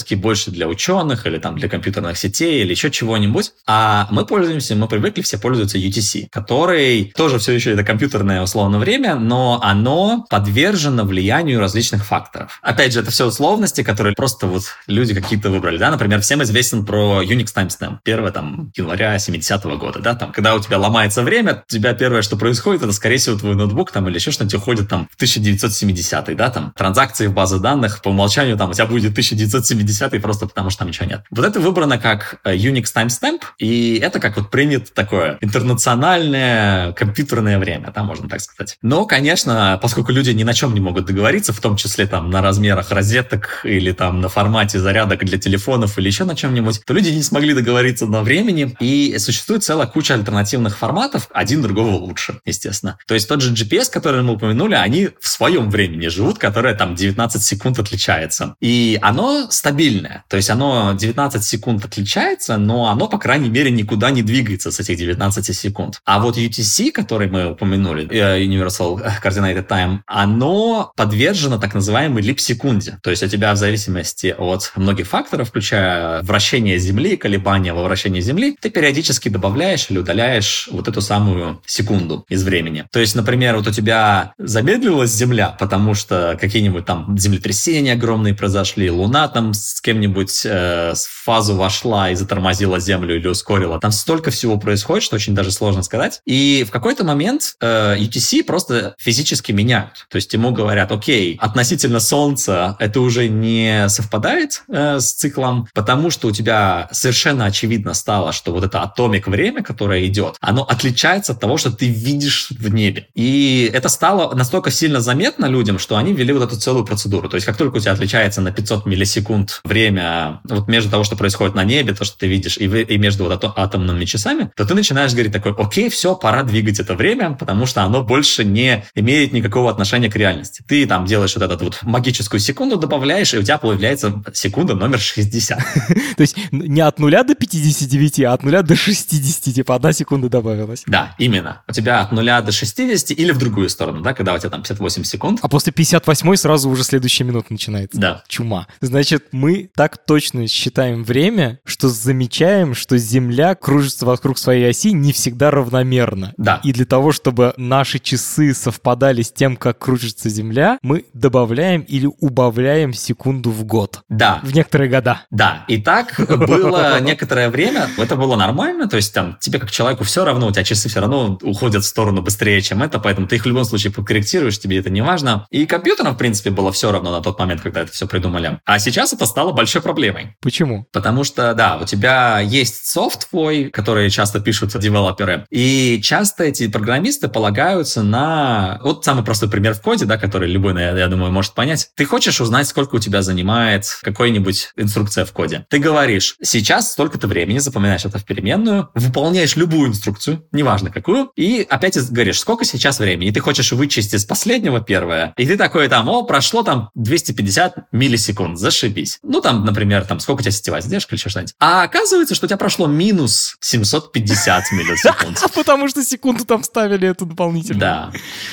технический, больше для ученых или там для компьютерных сетей или еще чего-нибудь. А мы привыкли, все пользуются UTC, который тоже все еще это компьютерное условное время, но оно подвержено влиянию различных факторов. Опять же, это все условности, которые просто вот люди какие-то выбрали, да, например, всем известен про Unix timestamp 1 января 70-го года, да, там, когда у тебя ломается время, у тебя первое, что происходит, это, скорее всего, твой ноутбук там или еще что-нибудь уходит там в 1970-й, да, там, транзакции в базы данных, по умолчанию там у тебя будет 1970-й просто потому, что там ничего нет. Вот это выбрано как Unix timestamp, и это как вот принято такое интернациональное компьютерное время, да, можно так сказать. Но, конечно, поскольку люди ни на чем не могут договориться, в том числе там на размерах розеток или там на формате зарядок для телефонов или еще на чем-нибудь, то люди не смогли договориться на времени, и существует целая куча альтернативных форматов, один другого лучше, естественно. То есть тот же GPS, который мы упомянули, они в своем времени живут, которое там 19 секунд отличается. И оно стабильное, то есть оно 19 секунд отличается, но оно, по крайней мере, никуда не двигается с этих 19 секунд. А вот UTC, который мы упомянули, Universal Coordinated Time, оно подвержено так называемой лип-секунде. То есть у тебя в зависимости от многих факторов, включая вращение Земли, колебания во вращении Земли, ты периодически добавляешь или удаляешь вот эту самую секунду из времени. То есть, например, вот у тебя замедлилась Земля, потому что какие-нибудь там землетрясения огромные произошли, Луна там с кем-нибудь в фазу вошла и затормозила Землю или ускорила. Там столько всего происходит, что очень даже сложно сказать. И в какой-то момент UTC просто физически меняют. То есть ему говорят, окей, относительно Солнца это уже не совпадает с циклом, потому что у тебя совершенно очевидно стало, что вот это атомик время, которое идет, оно отличается от того, что ты видишь в небе. И это стало настолько сильно заметно людям, что они ввели вот эту целую процедуру. То есть как только у тебя отличается на 500 миллисекунд время вот между того, что происходит на небе, то, что ты видишь, и между вот атомными часами, то ты начинаешь говорить такой, окей, все, пора двигать это время, потому что оно больше не имеет никакого отношения к реальности. Ты там делаешь вот эту вот магическую секунду, добавляешь, и у тебя появляется секунда номер 60. То есть не от 0 до 59, а от 0 до 60, типа 1 секунда добавилась. Да, именно. У тебя от 0 до 60 или в другую сторону, да, когда у тебя там 58 секунд. А после 58 сразу уже следующая минута начинается. Да. Чума. Значит, мы так точно считаем время, что замечаем, что Земля кружится вокруг своей оси не всегда равномерно. Да. И для того, чтобы наши часы совпадали с тем, как кружится Земля, мы добавляем или убавляем секунду в год. Да. В некоторые года. Да. И так было некоторое время. Это было нормально. То есть там тебе как человеку все равно, у тебя часы все равно уходят в сторону быстрее, чем это, поэтому ты их в любом случае покорректируешь, тебе это не важно. И компьютерам, в принципе, было все равно на тот момент, когда это все придумали. А сейчас это стало большой проблемой. Почему? Потому что, да, у тебя есть софт твой, который часто пишут девелоперы, и часто эти программисты полагаются на... Вот самый простой пример в коде, да, который любой, я думаю, может понять. Ты хочешь узнать, сколько у тебя занимает какая-нибудь инструкция в коде. Ты говоришь, сейчас столько-то времени, запоминаешь это в переменную, выполняешь любую инструкцию, неважно какую, и опять говоришь, сколько сейчас времени. И ты хочешь вычесть из последнего первое, и ты такой там, прошло там 250 миллисекунд, зашибись. Ну, там, например, там, сколько у тебя сетевая задержка или еще что-нибудь. А оказывается, что у тебя прошло минус 750 миллисекунд. Потому что секунду там ставили эту дополнительную. Да.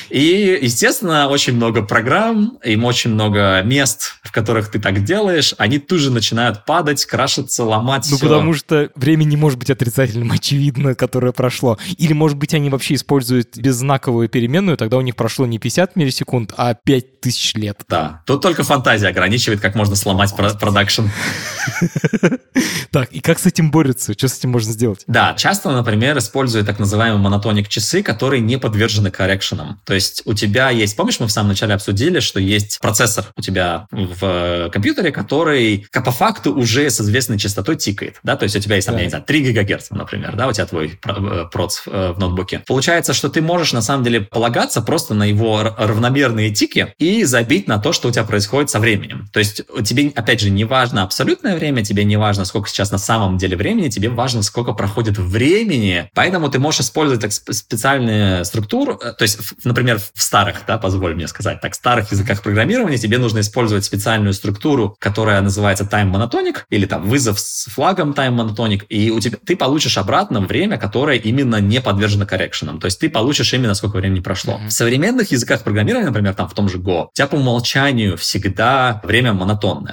И, естественно, очень много программ, им очень много мест, в которых ты так делаешь, они тут же начинают падать, крашиться, ломать все. Потому что время не может быть отрицательным, очевидно, которое прошло. Или, может быть, они вообще используют беззнаковую переменную, тогда у них прошло не 50 миллисекунд, а 5000 лет. Да. Тут только фантазия ограничивает, как можно сломать продакшн. Так, и как с этим борются? Что с этим можно сделать? Да, часто, например, используют так называемые монотоник-часы, которые не подвержены коррекшенам. То есть у тебя есть, помнишь, мы в самом начале обсудили, что есть процессор у тебя в компьютере, который по факту уже с известной частотой тикает. Да? То есть у тебя есть, там, я не знаю, 3 ГГц, например, да, у тебя твой проц в ноутбуке. Получается, что ты можешь, на самом деле, полагаться просто на его равномерные тики и забить на то, что у тебя происходит со временем. То есть тебе, опять же, не важно абсолютное время, тебе не важно, сколько сейчас на самом деле времени, тебе важно, сколько проходит времени, поэтому ты можешь использовать так специальные структуры, то есть, например, в старых, да, позволь мне сказать, так, старых языках программирования тебе нужно использовать специальную структуру, которая называется time monotonic, или там вызов с флагом time monotonic, и ты получишь обратно время, которое именно не подвержено коррекшенам, то есть ты получишь именно сколько времени прошло. В современных языках программирования, например, там в том же Go, у тебя по умолчанию всегда время монотонное, то есть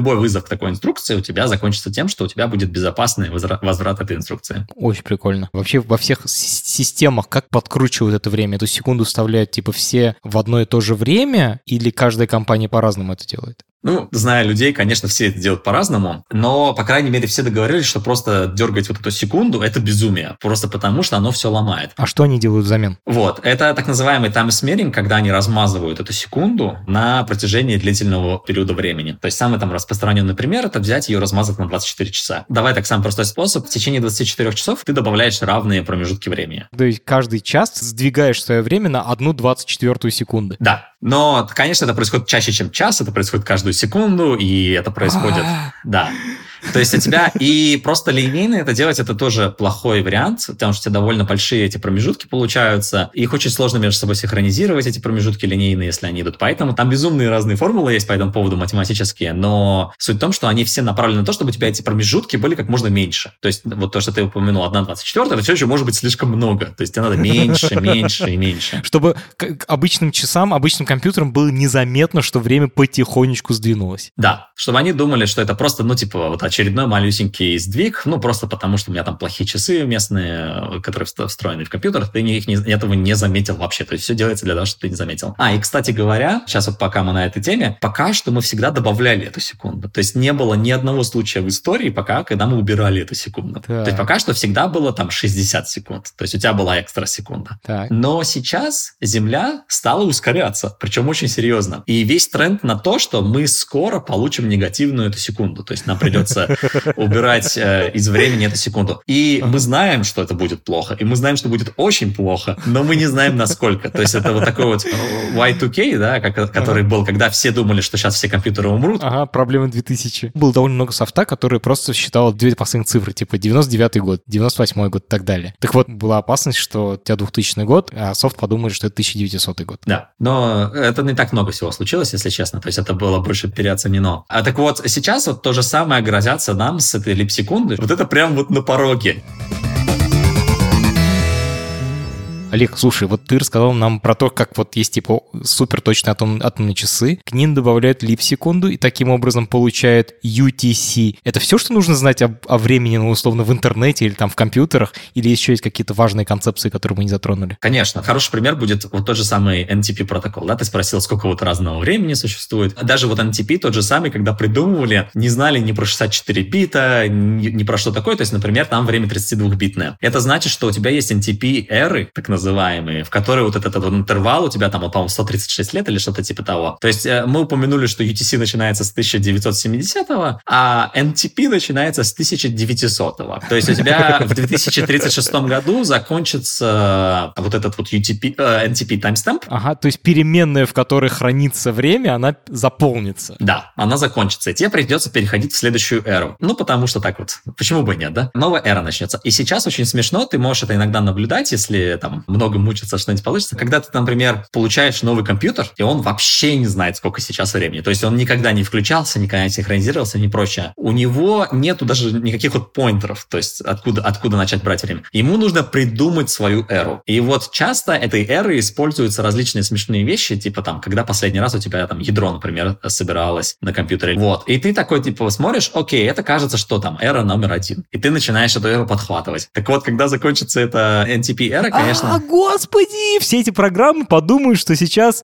любой вызов к такой инструкции у тебя закончится тем, что у тебя будет безопасный возврат этой инструкции. Очень прикольно. Вообще во всех системах как подкручивают это время? Эту секунду вставляют типа все в одно и то же время или каждая компания по-разному это делает? Ну, зная людей, конечно, все это делают по-разному, но, по крайней мере, все договорились, что просто дергать вот эту секунду – это безумие, просто потому что оно все ломает. А что они делают взамен? Вот, это так называемый тайм-смеринг, когда они размазывают эту секунду на протяжении длительного периода времени. То есть самый там распространенный пример – это взять ее и размазать на 24 часа. Давай так, самый простой способ. В течение 24 часов ты добавляешь равные промежутки времени. То есть каждый час сдвигаешь свое время на 1/24 секунды. Да, но, конечно, это происходит чаще, чем час, это происходит каждую секунду, и это происходит, да. То есть у тебя и просто линейно это делать, это тоже плохой вариант, потому что у тебя довольно большие эти промежутки получаются, их очень сложно между собой синхронизировать, эти промежутки линейные, если они идут. Поэтому там безумные разные формулы есть по этому поводу, математические, но суть в том, что они все направлены на то, чтобы у тебя эти промежутки были как можно меньше. То есть вот то, что ты упомянул, 1/24, это все еще может быть слишком много. То есть тебе надо меньше, меньше и меньше. Чтобы к обычным часам, обычным компьютерам было незаметно, что время потихонечку сдвинулось. Да, чтобы они думали, что это просто, ну, типа, вот очередной малюсенький сдвиг, ну, просто потому, что у меня там плохие часы местные, которые встроены в компьютер, ты этого не заметил вообще. То есть все делается для того, чтобы ты не заметил. И, кстати говоря, сейчас вот пока мы на этой теме, пока что мы всегда добавляли эту секунду. То есть не было ни одного случая в истории когда мы убирали эту секунду. Так. То есть пока что всегда было там 60 секунд. То есть у тебя была экстра секунда. Так. Но сейчас Земля стала ускоряться, причем очень серьезно. И весь тренд на то, что мы скоро получим негативную эту секунду. То есть нам придется убирать из времени эту секунду. И мы знаем, что это будет плохо. И мы знаем, что будет очень плохо, но мы не знаем, насколько. То есть это вот такой вот Y2K, да, который был, когда все думали, что сейчас все компьютеры умрут. Ага, проблема 2000. Было довольно много софта, который просто считал две последних цифры, типа 99-й год, 98-й год и так далее. Так вот, была опасность, что у тебя 2000 год, а софт подумает, что это 1900 год. Да, но это не так много всего случилось, если честно. То есть это было больше переоценено. А так вот, сейчас вот то же самое грозятся нам с этой лип-секундой. Вот это прям вот на пороге. Олег, слушай, вот ты рассказал нам про то, как вот есть типа суперточные атомные часы, к ним добавляют лип-секунду и таким образом получают UTC. Это все, что нужно знать о времени, ну, условно, в интернете или там в компьютерах? Или еще есть какие-то важные концепции, которые мы не затронули? Конечно. Хороший пример будет вот тот же самый NTP протокол. Да? Ты спросил, сколько вот разного времени существует. Даже вот NTP тот же самый, когда придумывали, не знали ни про 64 бита, ни про что такое. То есть, например, там время 32-битное. Это значит, что у тебя есть NTP-эры, так называемые, в которые вот этот интервал у тебя там, по-моему, 136 лет или что-то типа того. То есть мы упомянули, что UTC начинается с 1970-го, а NTP начинается с 1900-го. То есть у тебя в 2036 году закончится вот этот вот NTP timestamp. Ага, то есть переменная, в которой хранится время, она заполнится. Да, она закончится, и тебе придется переходить в следующую эру. Ну, потому что так вот, почему бы и нет, да? Новая эра начнется. И сейчас очень смешно, ты можешь это иногда наблюдать, если там много мучиться, что-нибудь получится. Когда ты, например, получаешь новый компьютер, и он вообще не знает, сколько сейчас времени. То есть он никогда не включался, никогда не синхронизировался, ни прочее. У него нету даже никаких вот поинтеров, то есть откуда начать брать время. Ему нужно придумать свою эру. И вот часто этой эры используются различные смешные вещи, типа там, когда последний раз у тебя там ядро, например, собиралось на компьютере. Вот. И ты такой, типа, смотришь, окей, это кажется, что там эра номер 1. И ты начинаешь эту эру подхватывать. Так вот, когда закончится эта NTP-эра, конечно... Господи! Все эти программы подумают, что сейчас...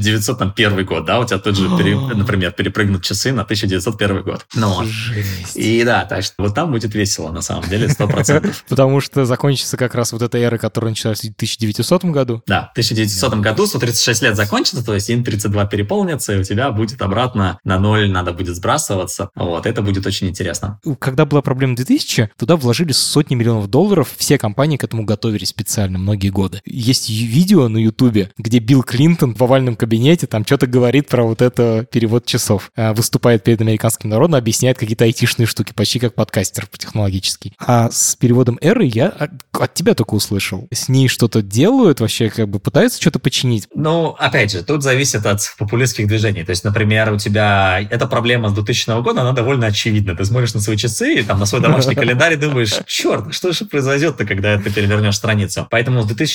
1901 год, да? У тебя тут же, например, перепрыгнут часы на 1901 год. Ну, жесть. И да, так что вот там будет весело, на самом деле, 100%. Потому что закончится как раз вот эта эра, которая началась в 1900 году. Да, в 1900 году 136 лет закончится, то есть ин-32 переполнится, и у тебя будет обратно на ноль, надо будет сбрасываться. Вот, это будет очень интересно. Когда была проблема 2000, туда вложили сотни миллионов долларов, все компании к этому готовились специально многие годы. Есть видео на Ютубе, где Билл Клинтон в овальном кабинете там что-то говорит про вот это перевод часов. Выступает перед американским народом, объясняет какие-то айтишные штуки, почти как подкастер технологический. А с переводом эры я от тебя только услышал. С ней что-то делают, вообще как бы пытаются что-то починить? Ну, опять же, тут зависит от популистских движений. То есть, например, у тебя эта проблема с 2000 года, она довольно очевидна. Ты смотришь на свои часы и там на свой домашний календарь и думаешь, черт, что же произойдет-то, когда ты перевернешь страницу? Поэтому с 2000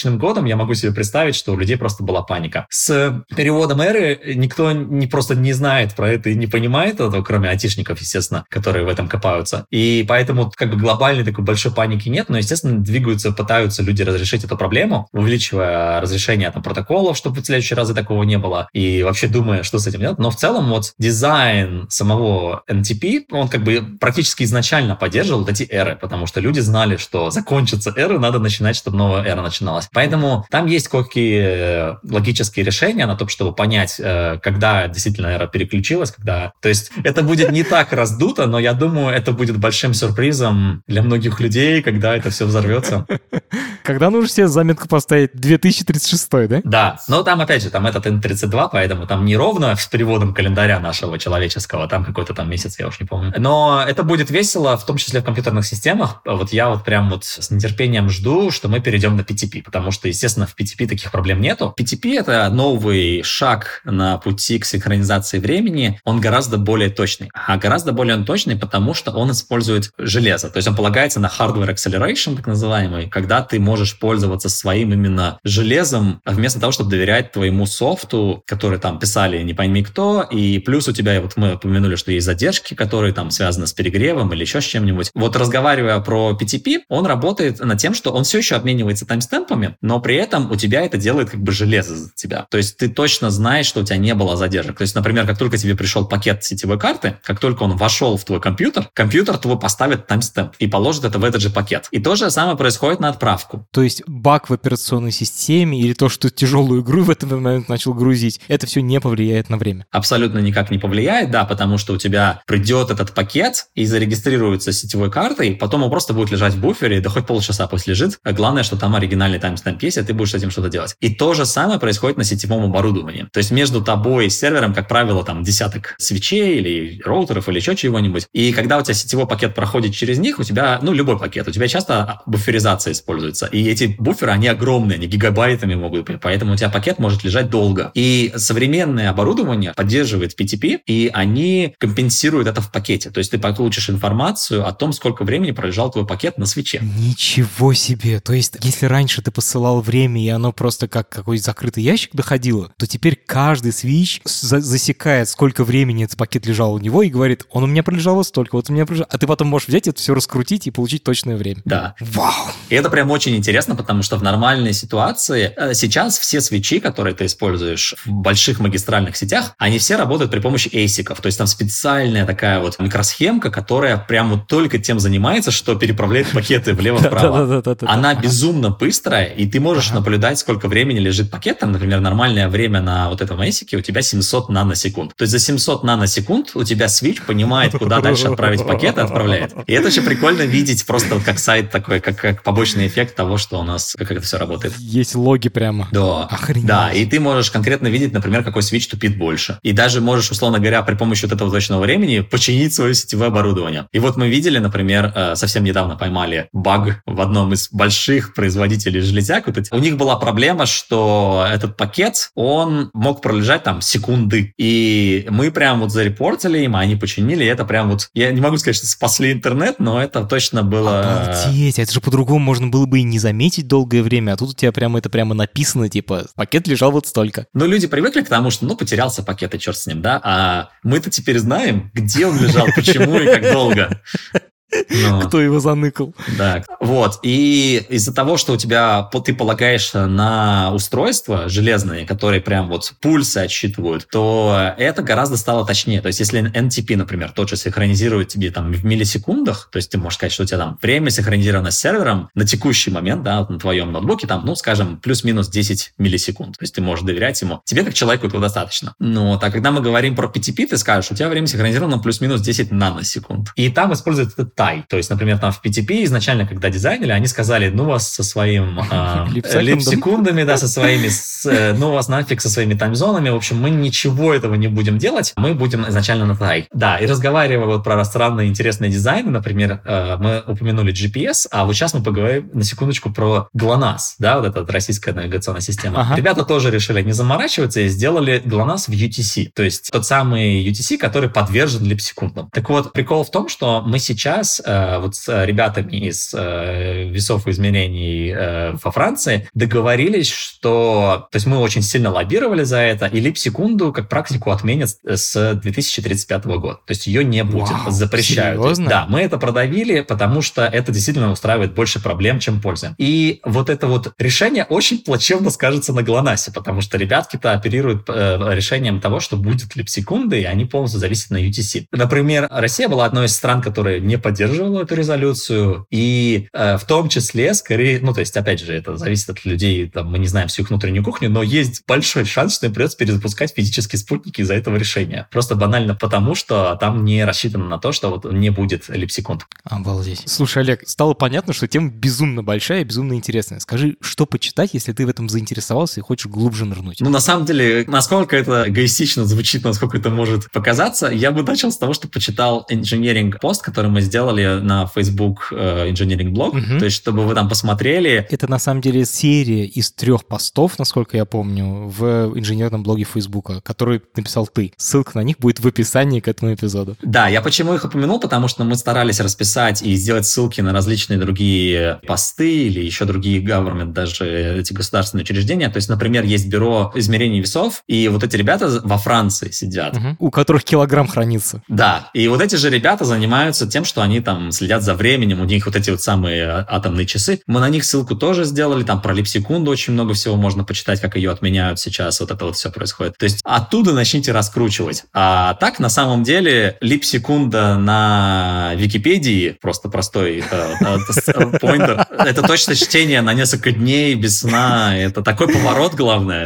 2000 годом я могу себе представить, что у людей просто была паника. С переводом эры никто просто не знает про это и не понимает этого, кроме айтишников, естественно, которые в этом копаются. И поэтому как бы глобальной такой большой паники нет, но, естественно, пытаются люди разрешить эту проблему, увеличивая разрешение там протоколов, чтобы в следующие разы такого не было, и вообще думая, что с этим делать. Но в целом вот дизайн самого NTP, он как бы практически изначально поддерживал вот эти эры, потому что люди знали, что закончится эра, надо начинать, чтобы новая эра начиналась. Поэтому там есть кое-какие логические решения на то, чтобы понять, когда действительно эра переключилась, когда... То есть это будет не так раздуто, но я думаю, это будет большим сюрпризом для многих людей, когда это все взорвется. Когда нужно себе заметку поставить 2036, да? Да, но там, опять же, там этот N32, поэтому там не ровно с переводом календаря нашего человеческого, там какой-то там месяц, я уж не помню. Но это будет весело, в том числе в компьютерных системах. Вот я вот прям вот с нетерпением жду, что мы перейдем на PTP, потому что, естественно, в PTP таких проблем нету. PTP — это новый шаг на пути к синхронизации времени, он гораздо более точный. А гораздо более он точный, потому что он использует железо, то есть он полагается на hardware acceleration, так называемый, когда ты можешь пользоваться своим именно железом, вместо того, чтобы доверять твоему софту, который там писали не пойми кто, и плюс у тебя, вот мы упомянули, что есть задержки, которые там связаны с перегревом или еще с чем-нибудь. Вот разговаривая про PTP, он работает над тем, что он все еще обменивается таймстемпами, но при этом у тебя это делает как бы железо за тебя. То есть ты точно знаешь, что у тебя не было задержек. То есть, например, как только тебе пришел пакет сетевой карты, как только он вошел в твой компьютер твой поставит таймстемп и положит это в этот же пакет. И то же самое происходит на отправку. То есть баг в операционной системе или то, что тяжелую игру в этот момент начал грузить, это все не повлияет на время? Абсолютно никак не повлияет, да, потому что у тебя придет этот пакет и зарегистрируется сетевой картой, потом он просто будет лежать в буфере, да хоть полчаса пусть лежит. Главное, что там оригинальный таймстемп есть, и ты будешь с этим что-то делать. И то же самое происходит на сетевом оборудовании. То есть между тобой и сервером, как правило, там десяток свитчей или роутеров или еще чего-нибудь. И когда у тебя сетевой пакет проходит через них, у тебя, любой пакет, у тебя часто буферизация используется. И эти буферы, они огромные, они гигабайтами могут быть, поэтому у тебя пакет может лежать долго. И современное оборудование поддерживает PTP, и они компенсируют это в пакете. То есть ты получишь информацию о том, сколько времени пролежал твой пакет на свитче. Ничего себе! То есть, если раньше ты посылал время, и оно просто как какой-то закрытый ящик доходило, то теперь каждый свитч засекает, сколько времени этот пакет лежал у него, и говорит, он у меня пролежал вот столько, вот у меня пролежал... А ты потом можешь взять это все раскрутить и получить точное время. Да. Вау! И это прям очень интересно, потому что в нормальной ситуации сейчас все свитчи, которые ты используешь в больших магистральных сетях, они все работают при помощи ASIC-ов. То есть там специальная такая вот микросхемка, которая прям вот только тем занимается, что переправляет пакеты влево-вправо. Она безумно быстрая, и ты можешь наблюдать, сколько времени лежит пакет. Там, например, нормальное время на вот этом ASIC у тебя 700 наносекунд. То есть за 700 наносекунд у тебя свитч понимает, куда дальше отправить пакет, и отправляет. И это очень прикольно видеть просто вот как сайт такой, как побочный эффект того, что у нас, как это все работает. Есть логи прямо. Да. Охренеть. Да, и ты можешь конкретно видеть, например, какой свитч тупит больше. И даже можешь, условно говоря, при помощи вот этого точного времени починить свое сетевое оборудование. И вот мы видели, например, совсем недавно поймали баг в одном из больших производителей железяк. Вот у них была проблема, что этот пакет, он мог пролежать там секунды. И мы прям вот зарепортили им, а они починили. И это прям вот, я не могу сказать, что спасли интернет, но это точно было... Обалдеть, это же по-другому можно было бы и не заметить долгое время, а тут у тебя прямо это прямо написано, типа, пакет лежал вот столько. Ну, люди привыкли к тому, что, потерялся пакет, и черт с ним, да? А мы-то теперь знаем, где он лежал, почему и как долго. Кто его заныкал. Да. Вот. И из-за того, что у тебя ты полагаешься на устройства железные, которые прям вот пульсы отсчитывают, то это гораздо стало точнее. То есть, если NTP, например, тот же синхронизирует тебе там в миллисекундах, то есть ты можешь сказать, что у тебя там время синхронизировано с сервером на текущий момент, да, на твоем ноутбуке, там, скажем, плюс-минус 10 миллисекунд. То есть ты можешь доверять ему. Тебе как человеку этого достаточно. Но а когда мы говорим про PTP, ты скажешь, у тебя время синхронизировано плюс-минус 10 наносекунд. И там используется этот то есть, например, там в PTP изначально, когда дизайнили, они сказали, вас со своим лип-секундами, да, со своими, вас нафиг со своими таймзонами, в общем, мы ничего этого не будем делать, мы будем изначально на тай. Да, и разговаривая вот про странные интересные дизайны, например, мы упомянули GPS, а вот сейчас мы поговорим на секундочку про GLONASS, да, вот эта российская навигационная система. Ребята тоже решили не заморачиваться и сделали GLONASS в UTC, то есть тот самый UTC, который подвержен лип-секундам. Так вот, прикол в том, что мы сейчас раз вот с ребятами из весов и измерений во Франции договорились, что... То есть мы очень сильно лоббировали за это, и лип-секунду как практику отменят с 2035 года. То есть ее не будет. Вау, Запрещают. серьезно? Да, мы это продавили, потому что это действительно устраивает больше проблем, чем пользы. И вот это вот решение очень плачевно скажется на ГЛОНАССе, потому что ребятки-то оперируют решением того, что будет лип-секунды, и они полностью зависят на UTC. Например, Россия была одной из стран, которая не поддерживала эту резолюцию, и в том числе, скорее, ну, то есть, опять же, это зависит от людей, там, мы не знаем всю их внутреннюю кухню, но есть большой шанс, что им придется перезапускать физические спутники из-за этого решения. Просто банально потому, что там не рассчитано на то, что вот не будет лип-секунд. Обалдеть. Слушай, Олег, стало понятно, что тема безумно большая и безумно интересная. Скажи, что почитать, если ты в этом заинтересовался и хочешь глубже нырнуть? Ну, на самом деле, насколько это эгоистично звучит, насколько это может показаться, я бы начал с того, что почитал engineering пост, который мы сделали на Facebook engineering блог, то есть, чтобы вы там посмотрели. Это, на самом деле, серия из 3 постов, насколько я помню, в инженерном блоге Фейсбука, который написал ты. Ссылка на них будет в описании к этому эпизоду. Да, я почему их упомянул, потому что мы старались расписать и сделать ссылки на различные другие посты или еще другие government, даже эти государственные учреждения. То есть, например, есть бюро измерений весов, и вот эти ребята во Франции сидят. У которых килограмм хранится. Да, и вот эти же ребята занимаются тем, что они там следят за временем, у них вот эти вот самые атомные часы. Мы на них ссылку тоже сделали, там про лип-секунду очень много всего можно почитать, как ее отменяют сейчас, вот это вот все происходит. То есть оттуда начните раскручивать. А так, на самом деле, лип-секунда на Википедии, просто простой поинтер, это точно чтение на несколько дней без сна, это такой поворот, главное.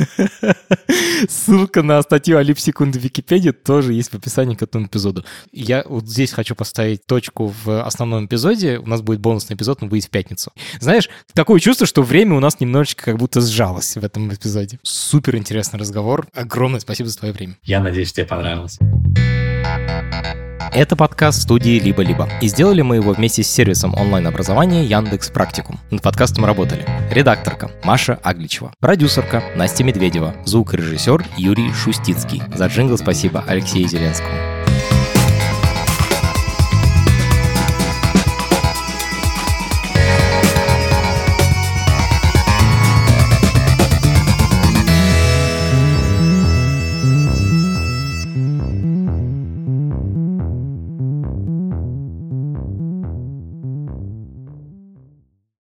Ссылка на статью о лип-секунде в Википедии тоже есть в описании к этому эпизоду. Я вот здесь хочу поставить точку в основном эпизоде. У нас будет бонусный эпизод, он выйдет в пятницу. Знаешь, такое чувство, что время у нас немножечко как будто сжалось в этом эпизоде. Супер интересный разговор. Огромное спасибо за твое время. Я надеюсь, тебе понравилось. Это подкаст студии «Либо-либо». И сделали мы его вместе с сервисом онлайн-образования Яндекс.Практикум. Над подкастом работали редакторка Маша Агличева, продюсерка Настя Медведева, звукорежиссер Юрий Шустицкий. За джингл спасибо Алексею Зеленскому.